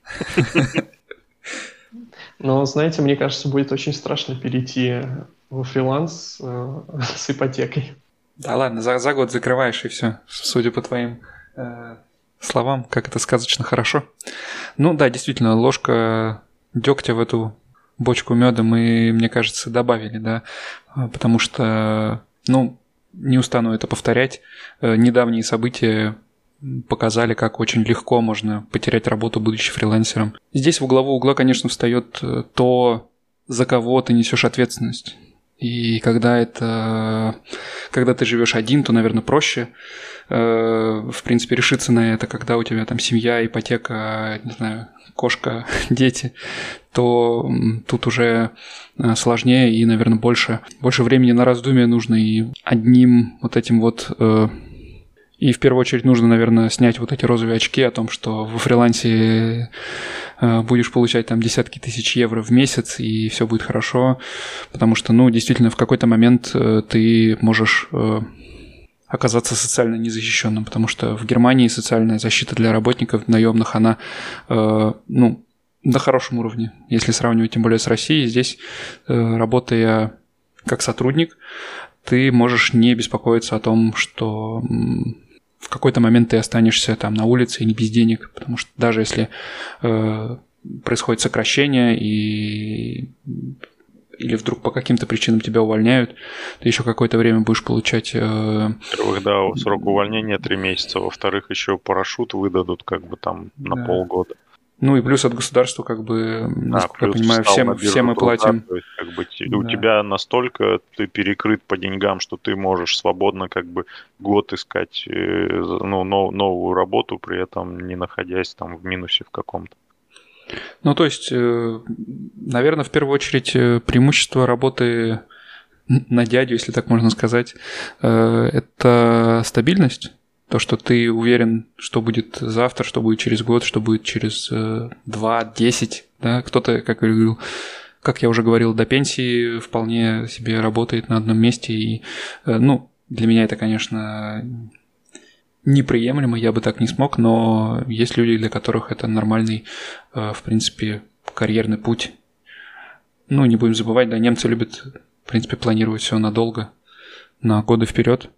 Но, знаете, мне кажется, будет очень страшно перейти во фриланс э, с ипотекой. Да ладно, за, за год закрываешь и все, судя по твоим э, словам, как это сказочно хорошо. Ну да, действительно, ложка дегтя в эту бочку меда мы, мне кажется, добавили, да, А, потому что, ну, не устану это повторять, э, недавние события показали, как очень легко можно потерять работу, будучи фрилансером. Здесь во главу угла, конечно, встает э, то, за кого ты несешь ответственность. И когда это, когда ты живешь один, то, наверное, проще, э, в принципе, решиться на это, когда у тебя там семья, ипотека, не знаю, кошка, дети, то м, тут уже э, сложнее и, наверное, больше, больше времени на раздумие нужно. И одним вот этим вот... э, И в первую очередь нужно, наверное, снять вот эти розовые очки о том, что во фрилансе э, будешь получать там десятки тысяч евро в месяц, и все будет хорошо, потому что, ну, действительно, в какой-то момент э, ты можешь э, оказаться социально незащищенным, потому что в Германии социальная защита для работников наемных, она, э, ну, на хорошем уровне, если сравнивать тем более с Россией. Здесь, э, работая как сотрудник, ты можешь не беспокоиться о том, что в какой-то момент ты останешься там на улице и не без денег, потому что даже если э, происходит сокращение и или вдруг по каким-то причинам тебя увольняют, ты еще какое-то время будешь получать... Э... Во-первых, да, срок увольнения три месяца, во-вторых, еще парашют выдадут как бы там Да. на полгода. Ну и плюс от государства, как бы, насколько а, я понимаю, все, все мы труда, платим. То есть, как бы, Да. у тебя настолько ты перекрыт по деньгам, что ты можешь свободно как бы год искать э, ну, нов- новую работу, при этом не находясь там в минусе в каком-то. Ну, то есть, э, наверное, в первую очередь э, преимущество работы на дядю, если так можно сказать, э, это стабильность. То, что ты уверен, что будет завтра, что будет через год, что будет через э, два, десять, да, кто-то, как я говорил, как я уже говорил, до пенсии вполне себе работает на одном месте, и, э, ну, для меня это, конечно, неприемлемо, я бы так не смог, но есть люди, для которых это нормальный, э, в принципе, карьерный путь. Ну, не будем забывать, да, немцы любят, в принципе, планировать все надолго, на годы вперед.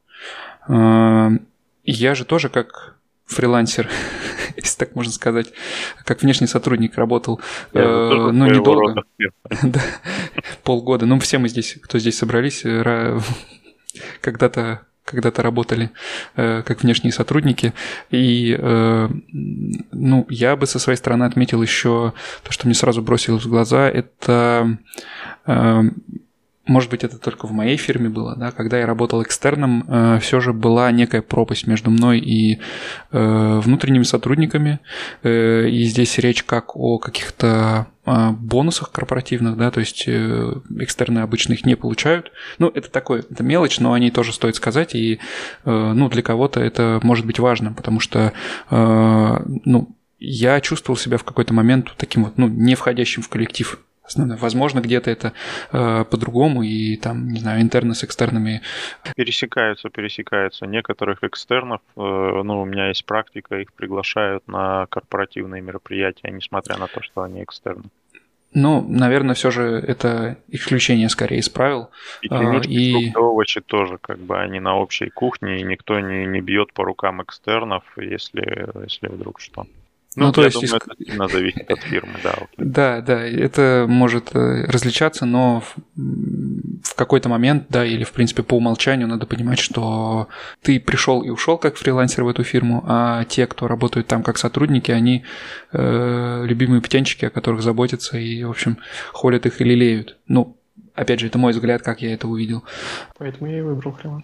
Я же тоже как фрилансер, если так можно сказать, как внешний сотрудник работал, Я э, ну, недолго, рода. да, полгода. Ну, все мы здесь, кто здесь собрались, ра- когда-то когда-то работали э, как внешние сотрудники. И э, ну, я бы со своей стороны отметил еще то, что мне сразу бросилось в глаза, это... Э, Может быть, это только в моей фирме было, да, когда я работал экстерном, э, все же была некая пропасть между мной и э, внутренними сотрудниками. Э, и здесь речь как о каких-то э, бонусах корпоративных, да, то есть э, экстерны обычно их не получают. Ну, это такое, это мелочь, но они тоже стоит сказать, и э, ну, для кого-то это может быть важно, потому что, э, ну, я чувствовал себя в какой-то момент таким вот, ну, не входящим в коллектив. Возможно, где-то это э, по-другому, и там, не знаю, интерны с экстернами. Пересекаются, пересекаются. Некоторых экстернов, э, ну, у меня есть практика, их приглашают на корпоративные мероприятия, несмотря на то, что они экстерны. Ну, наверное, все же это исключение скорее из правил. Печенечки, и... фрукты, овощи тоже, как бы они на общей кухне, и никто не, не бьет по рукам экстернов, если, если вдруг что. Ну, Ну, то я есть думаю, иск- это сильно зависит от фирмы, да. окей. Да, да, это может э, различаться, но в, м, в какой-то момент, да, или в принципе по умолчанию надо понимать, что ты пришел и ушел как фрилансер в эту фирму, а те, кто работают там как сотрудники, они э, любимые птенчики, о которых заботятся и, в общем, холят их и лелеют. Ну, опять же, это мой взгляд, как я это увидел. Поэтому я и выбрал фриланс.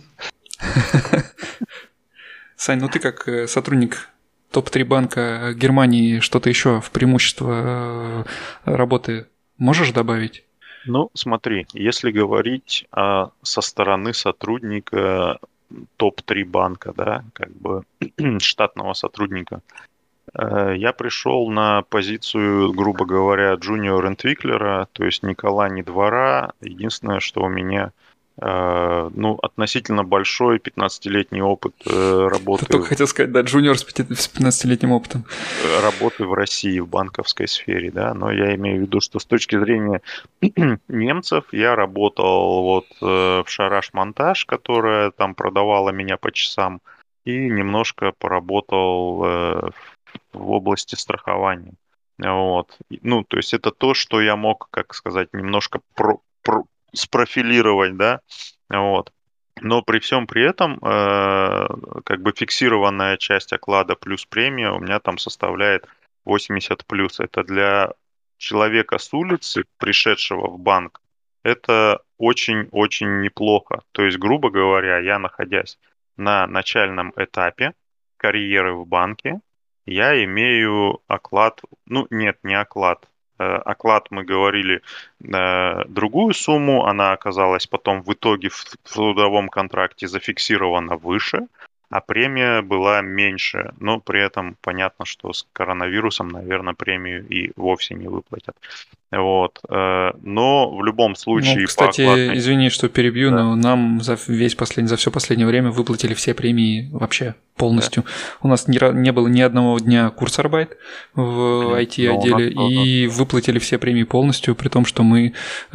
Сань, ну ты как э, сотрудник топ три банка Германии, что-то еще в преимущество э, работы можешь добавить? Ну, смотри, если говорить а, со стороны сотрудника топ три банка, да, как бы штатного сотрудника, э, я пришел на позицию, грубо говоря, джуниор-энтвиклера, то есть ни кола, ни двора. Единственное, что у меня э, ну, относительно большой пятнадцатилетний опыт э, Ты работы, только хотел сказать, да, джуниор с пяти- с пятнадцатилетним опытом. э, работы в России в банковской сфере, да, но я имею в виду, что с точки зрения немцев я работал вот э, в Шараш-Монтаж, которая там продавала меня по часам, и немножко поработал э, в области страхования. Вот. И, Ну, то есть это то, что я мог, как сказать, немножко про- про- спрофилировать, да, вот. Но при всем при этом, э, как бы фиксированная часть оклада плюс премия у меня там составляет восемьдесят плюс. Это для человека с улицы, пришедшего в банк, это очень-очень неплохо. То есть, грубо говоря, я, находясь на начальном этапе карьеры в банке, я имею оклад, ну нет, не оклад. Э, Оклад мы говорили э, другую сумму, она оказалась потом в итоге в в трудовом контракте зафиксирована выше, а премия была меньше. Но при этом понятно, что с коронавирусом, наверное, премию и вовсе не выплатят. Вот. э, Но в любом Ну, случае по кстати, окладной... извини, что перебью, Да. но нам за весь последний, за все последнее время выплатили все премии вообще полностью. У нас не, ра- не было ни одного дня курсарбайт в Мгм. ай Ну, у нас ти-отделе, тоже. и выплатили все премии полностью, при том, что мы,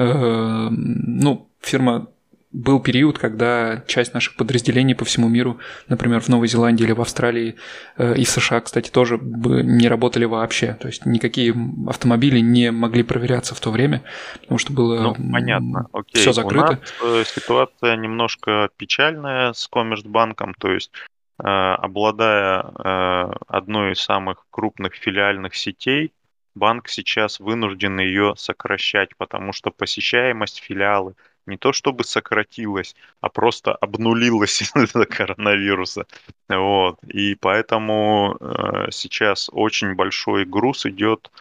э, ну, фирма был период, когда часть наших подразделений по всему миру, например, в Новой Зеландии или в Австралии э, и в США, кстати, тоже бы не работали вообще. То есть никакие автомобили не могли проверяться в то время, потому что было Ну, понятно, все окей. У нас закрыто. э, ситуация немножко печальная с Коммерцбанком, то есть э, обладая э, одной из самых крупных филиальных сетей, банк сейчас вынужден ее сокращать, потому что посещаемость филиалы не то чтобы сократилась, а просто обнулилась из-за коронавируса. Вот. И поэтому э, сейчас очень большой груз идет,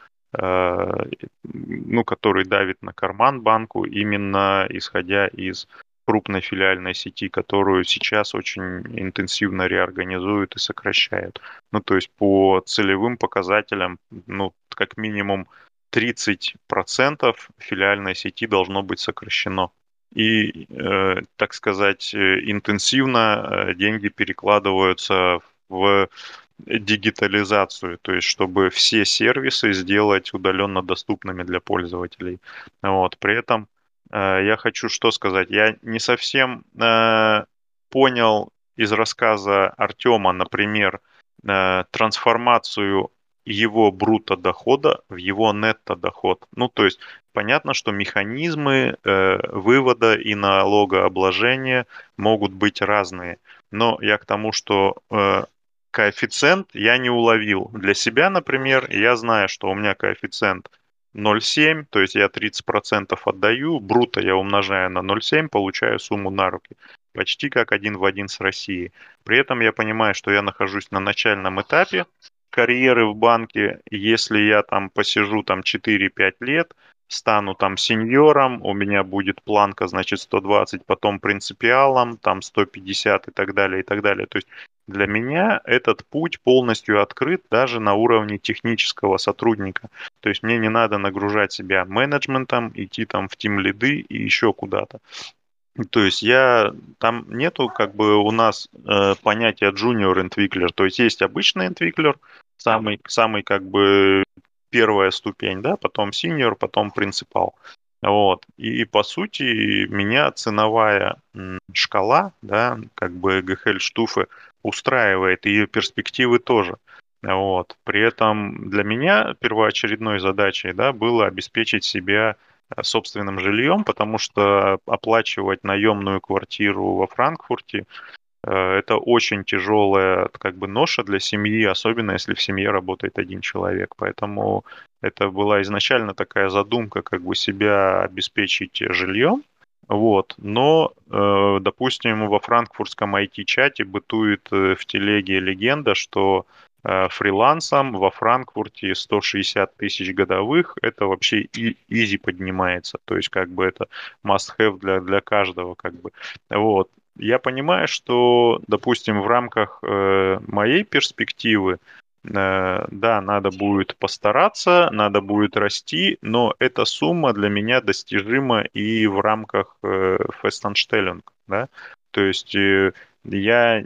э, ну, который давит на карман банку, именно исходя из крупной филиальной сети, которую сейчас очень интенсивно реорганизуют и сокращают. Ну, то есть по целевым показателям, ну, как минимум тридцать процентов филиальной сети должно быть сокращено. И, э, так сказать, э, интенсивно э, деньги перекладываются в дигитализацию, то есть чтобы все сервисы сделать удаленно доступными для пользователей. Вот. При этом э, я хочу что сказать. Я не совсем э, понял из рассказа Артема, например, э, трансформацию его бруто-дохода в его нетто-доход. Ну, то есть понятно, что механизмы э, вывода и налогообложения могут быть разные. Но я к тому, что э, коэффициент я не уловил. Для себя, например, я знаю, что у меня коэффициент ноль целых семь, то есть я тридцать процентов отдаю, бруто я умножаю на ноль целых семь, получаю сумму на руки. Почти как один в один с Россией. При этом я понимаю, что я нахожусь на начальном этапе карьеры в банке. Если я там посижу там четыре-пять лет, стану там сеньором, у меня будет планка, значит, сто двадцать, потом принципиалом, там сто пятьдесят и так далее, и так далее. То есть для меня этот путь полностью открыт даже на уровне технического сотрудника. То есть мне не надо нагружать себя менеджментом, идти там в тим-лиды и еще куда-то. То есть я там нету как бы у нас э, понятия junior entwickler, то есть есть обычный entwickler, самый, самый как бы первая ступень, да, потом senior, потом принципал. Вот. И по сути меня ценовая м, шкала, да, как бы Гехельштуфе устраивает, и ее перспективы тоже. Вот. При этом для меня первоочередной задачей, да, было обеспечить себя э, собственным жильем, потому что оплачивать наемную квартиру во Франкфурте э, это очень тяжелая как бы ноша для семьи, особенно если в семье работает один человек. Поэтому это была изначально такая задумка как бы себя обеспечить жильем. Вот. Но, э, допустим, во франкфуртском ай ти-чате бытует э, в телеге легенда, что э, фрилансом во Франкфурте сто шестьдесят тысяч годовых, это вообще и изи поднимается. То есть как бы это must-have для, для каждого. Как бы. Вот. Я понимаю, что, допустим, в рамках э, моей перспективы, э, да, надо будет постараться, надо будет расти, но эта сумма для меня достижима и в рамках э, Festanstellung, да. То есть э, я,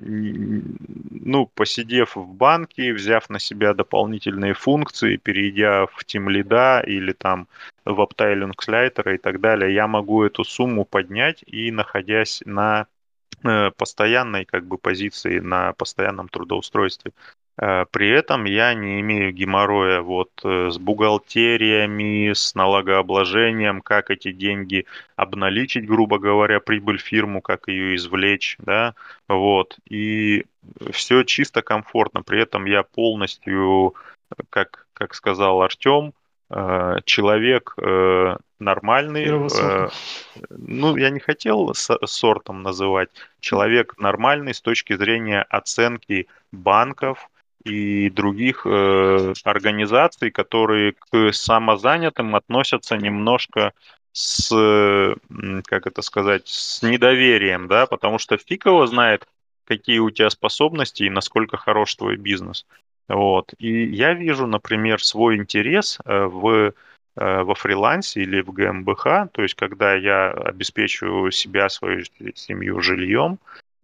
ну, посидев в банке, взяв на себя дополнительные функции, перейдя в тимлида или там в Abteilungsleiter и так далее, я могу эту сумму поднять и находясь на э, постоянной как бы позиции, на постоянном трудоустройстве. Э, При этом я не имею геморроя вот э, с бухгалтериями, с налогообложением, как эти деньги обналичить, грубо говоря, прибыль фирму, как ее извлечь, да, вот. И все чисто комфортно. При этом я полностью, как, как сказал Артем, э, человек э, нормальный, Первого сорта. э, ну, я не хотел с- сортом называть. Человек нормальный с точки зрения оценки банков и других э, организаций, которые к самозанятым относятся немножко с, м, как это сказать, с недоверием, да, потому что фиг его знает, какие у тебя способности и насколько хорош твой бизнес. Вот. И я вижу, например, свой интерес э, в э, во фрилансе или в ГМБХ, то есть когда я обеспечиваю себя, свою семью жильем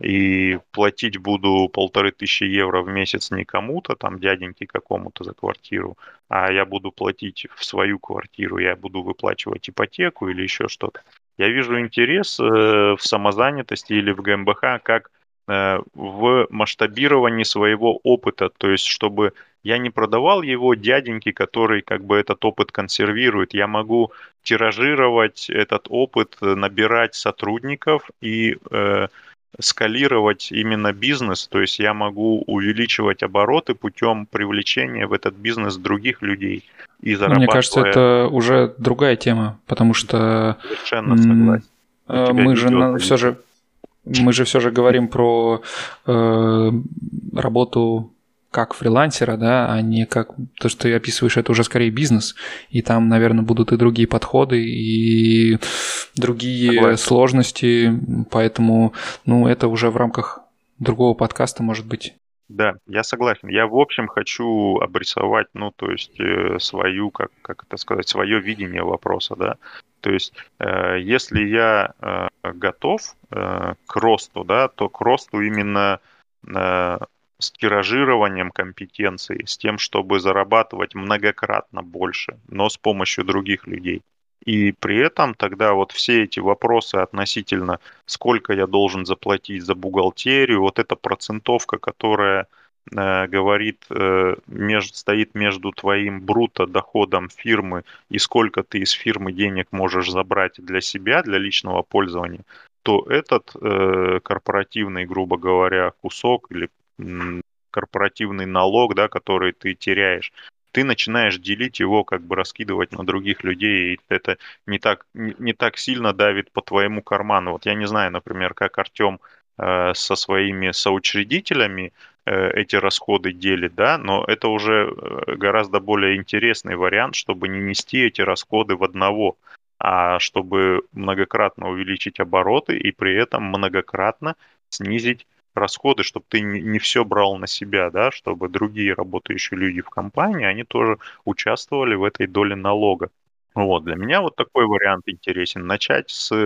и платить буду полторы тысячи евро в месяц не кому-то, там дяденьке какому-то за квартиру, а я буду платить в свою квартиру, я буду выплачивать ипотеку или еще что-то. Я вижу интерес э, в самозанятости или в ГМБХ как э, в масштабировании своего опыта, то есть чтобы я не продавал его дяденьке, который как бы этот опыт консервирует. Я могу тиражировать этот опыт, э, набирать сотрудников и э, скалировать именно бизнес. То есть я могу увеличивать обороты путем привлечения в этот бизнес других людей и Ну, мне кажется, зарабатывая. это уже другая тема, потому что Совершенно м, согласен. У э, тебя мы же видео на- все залетело. же мы же все же говорим про э, работу как фрилансера, да, а не как то, что ты описываешь, это уже скорее бизнес, и там, наверное, будут и другие подходы, и другие Согласен. сложности, поэтому, ну, это уже в рамках другого подкаста, может быть. Да, я согласен. Я, в общем, хочу обрисовать, ну, то есть э, свою, как, как это сказать, свое видение вопроса, да. То есть, э, если я э, готов э, к росту, да, то к росту именно э, с тиражированием компетенций, с тем, чтобы зарабатывать многократно больше, но с помощью других людей. И при этом тогда вот все эти вопросы относительно сколько я должен заплатить за бухгалтерию, вот эта процентовка, которая э, говорит, э, меж, стоит между твоим бруто доходом фирмы и сколько ты из фирмы денег можешь забрать для себя, для личного пользования, то этот э, корпоративный, грубо говоря, кусок или м, корпоративный налог, да, который ты теряешь, ты начинаешь делить его, как бы раскидывать на других людей, и это не так, не, не так сильно давит по твоему карману. Вот я не знаю, например, как Артем э, со своими соучредителями э, эти расходы делит, да, но это уже э, гораздо более интересный вариант, чтобы не нести эти расходы в одного, а чтобы многократно увеличить обороты и при этом многократно снизить расходы, чтобы ты не, не все брал на себя, да, чтобы другие работающие люди в компании, они тоже участвовали в этой доле налога. Вот, для меня вот такой вариант интересен. Начать с,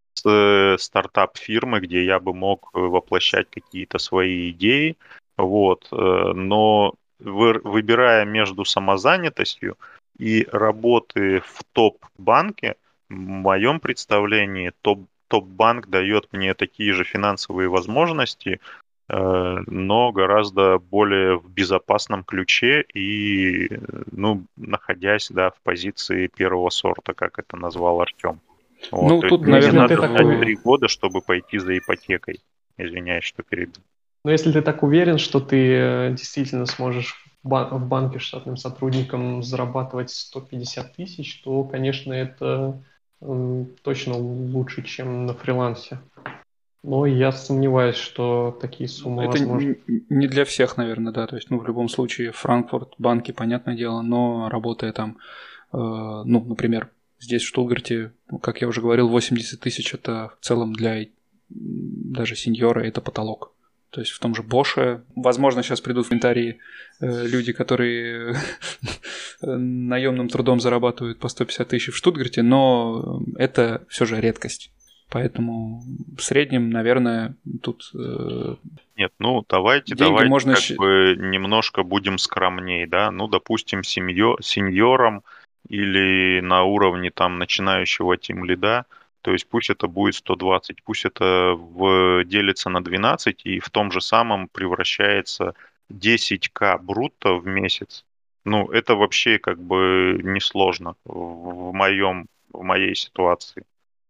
с стартап-фирмы, где я бы мог э, воплощать какие-то свои идеи, вот, э, но вы- выбирая между самозанятостью и работы в топ-банке, в моем представлении топ топ-банк дает мне такие же финансовые возможности, э, но гораздо более в безопасном ключе и, э, ну, находясь, да, в позиции первого сорта, как это назвал Артем. Вот, Ну, то есть тут, Но мне не если наверное, ты надо ждать такой, три года, чтобы пойти за ипотекой. Извиняюсь, что перебил. но если ты так уверен, что ты э, действительно сможешь в бан- в банке штатным сотрудникам зарабатывать сто пятьдесят тысяч, то, конечно, это м, точно лучше, чем на фрилансе. Но я сомневаюсь, что такие ну, суммы это возможны. н- не для всех, наверное, да. То есть, ну, в любом случае, Франкфурт, банки, понятное дело, но работая там, э, ну, например, здесь, в Штутгарте, ну, как я уже говорил, восемьдесят тысяч – это в целом для м, даже сеньора это потолок. То есть в том же Боше, возможно, сейчас придут в комментарии э, люди, которые наемным трудом зарабатывают по сто пятьдесят тысяч в Штутгарте, но это все же редкость. Поэтому в среднем, наверное, тут э, Нет, ну давайте, деньги давайте можно... как щ- бы немножко будем скромней, да. Ну, допустим, семьё, сеньором или на уровне там начинающего тимлида, то есть пусть это будет сто двадцать, пусть это в, делится на двенадцать и в том же самом превращается десять тысяч брутто в месяц. Ну, это вообще как бы несложно в, в моем, в моей ситуации.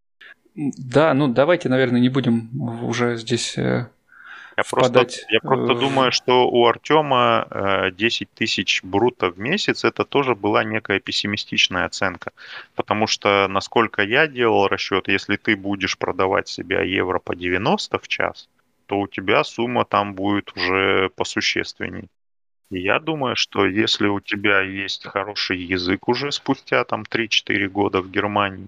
Да, ну давайте, наверное, не будем уже здесь э, Я просто, впадать я э, просто в... думаю, что у Артема э, десять тысяч бруто в месяц это тоже была некая пессимистичная оценка. Потому что, насколько я делал расчет, если ты будешь продавать себя евро по девяносто в час, то у тебя сумма там будет уже посущественней. И я думаю, что если у тебя есть хороший язык уже спустя там три-четыре года в Германии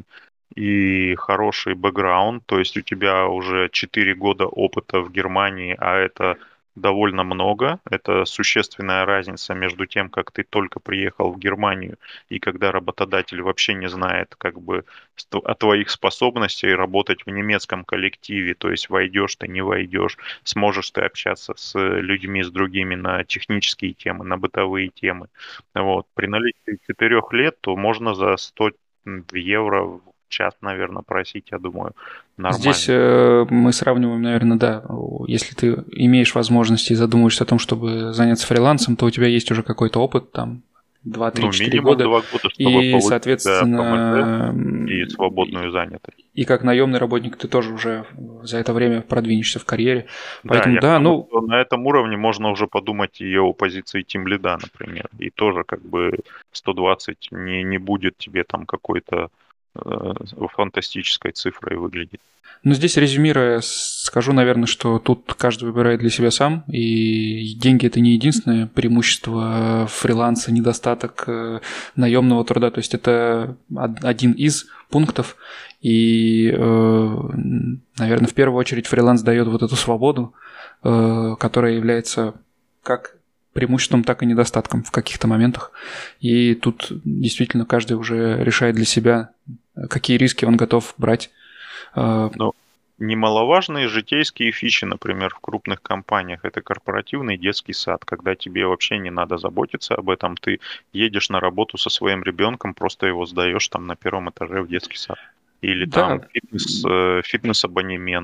и хороший бэкграунд, то есть у тебя уже четыре года опыта в Германии, а это довольно много, это существенная разница между тем, как ты только приехал в Германию и когда работодатель вообще не знает как бы ст- о твоих способностях работать в немецком коллективе, то есть войдешь ты, не войдешь, сможешь ты общаться с людьми, с другими на технические темы, на бытовые темы. Вот. При наличии четырех лет, то можно за сто евро в час, наверное, просить, я думаю, Здесь нормально. э, мы сравниваем, наверное, да, если ты имеешь возможности и задумываешься о том, чтобы заняться фрилансом, то у тебя есть уже какой-то опыт, там, два, три, Ну, четыре минимум года, два года, чтобы и, получить, да, ПМЖ соответственно, и м, свободную занятость. и как наемный работник ты тоже уже за это время продвинешься в карьере. Да, Поэтому, я к да, тому, ну, что на этом уровне можно уже подумать и о позиции тимлида, например. И тоже как бы сто двадцать не, не будет тебе там какой-то э, фантастической цифрой выглядеть. Но здесь, резюмируя, скажу, наверное, что тут каждый выбирает для себя сам, и деньги – это не единственное преимущество фриланса, недостаток э, наемного труда, то есть это од- один из пунктов, и, э, наверное, в первую очередь фриланс дает вот эту свободу, э, которая является как преимуществом, так и недостатком в каких-то моментах, и тут действительно каждый уже решает для себя, какие риски он готов брать. Э, Но немаловажные житейские фичи, например, в крупных компаниях, это корпоративный детский сад, когда тебе вообще не надо заботиться об этом, ты едешь на работу со своим ребенком, просто его сдаешь там на первом этаже в детский сад. Или там Да, фитнес, э, фитнес-абонемент.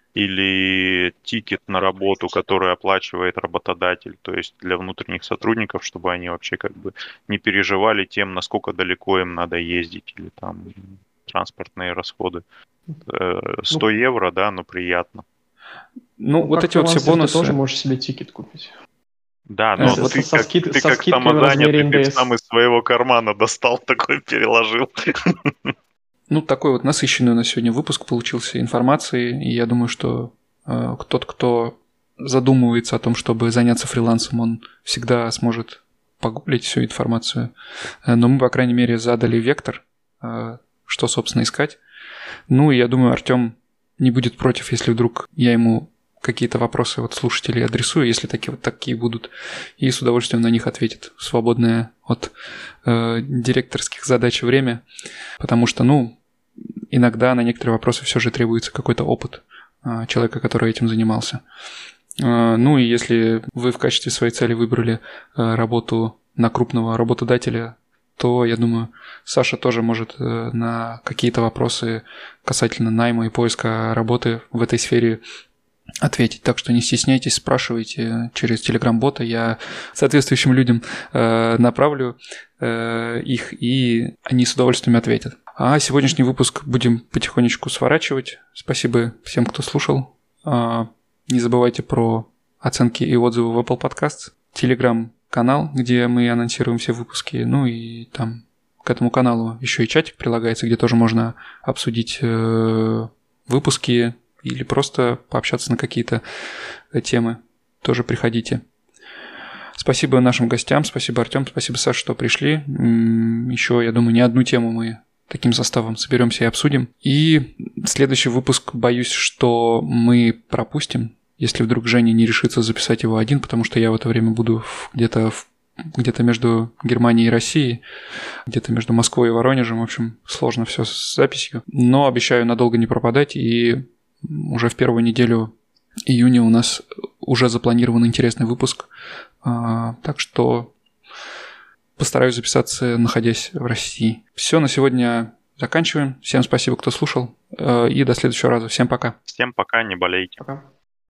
или тикет на работу, который оплачивает работодатель, то есть для внутренних сотрудников, чтобы они вообще как бы не переживали тем, насколько далеко им надо ездить, или там транспортные расходы. сто Ну, евро, да, но приятно. Ну, ну, вот как эти вот все фрилансер ты бонусы. тоже можешь себе тикет купить. Да, Э, но С- вот, ты со, как, скид- ты со как скидкой в размере самозанятый, ты сам эн дэ эс. из своего кармана достал такой, переложил. ну, такой вот насыщенный у нас сегодня выпуск получился информации, и я думаю, что э, тот, кто задумывается о том, чтобы заняться фрилансом, он всегда сможет погуглить всю информацию. Э, но мы, по крайней мере, задали вектор, э, что, собственно, искать. Ну, и я думаю, Артём не будет против, если вдруг я ему какие-то вопросы от слушателей адресую, если такие вот такие будут, и с удовольствием на них ответит в свободное от э, директорских задач время, потому что, ну, иногда на некоторые вопросы все же требуется какой-то опыт э, человека, который этим занимался. Э, ну и если вы в качестве своей цели выбрали э, работу на крупного работодателя, то, я думаю, Саша тоже может э, на какие-то вопросы касательно найма и поиска работы в этой сфере ответить. Так что не стесняйтесь, спрашивайте через телеграм-бота. Я соответствующим людям э, направлю э, их, и они с удовольствием ответят. А сегодняшний выпуск будем потихонечку сворачивать. Спасибо всем, кто слушал. А, не забывайте про оценки и отзывы в Apple Podcasts. Телеграм-канал, где мы анонсируем все выпуски. Ну и там к этому каналу еще и чатик прилагается, где тоже можно обсудить э, выпуски, или просто пообщаться на какие-то темы. Тоже приходите. Спасибо нашим гостям, спасибо, Артём, спасибо, Саша, что пришли. Еще, я думаю, не одну тему мы таким составом соберемся и обсудим. И следующий выпуск, боюсь, что мы пропустим, если вдруг Женя не решится записать его один, потому что я в это время буду где-то в где-то между Германией и Россией, где-то между Москвой и Воронежем. В общем, сложно все с записью. Но обещаю надолго не пропадать, и уже в первую неделю июня у нас уже запланирован интересный выпуск. Так что постараюсь записаться, находясь в России. Все, на сегодня заканчиваем. Всем спасибо, кто слушал. И до следующего раза. Всем пока. Всем пока, не болейте. Пока.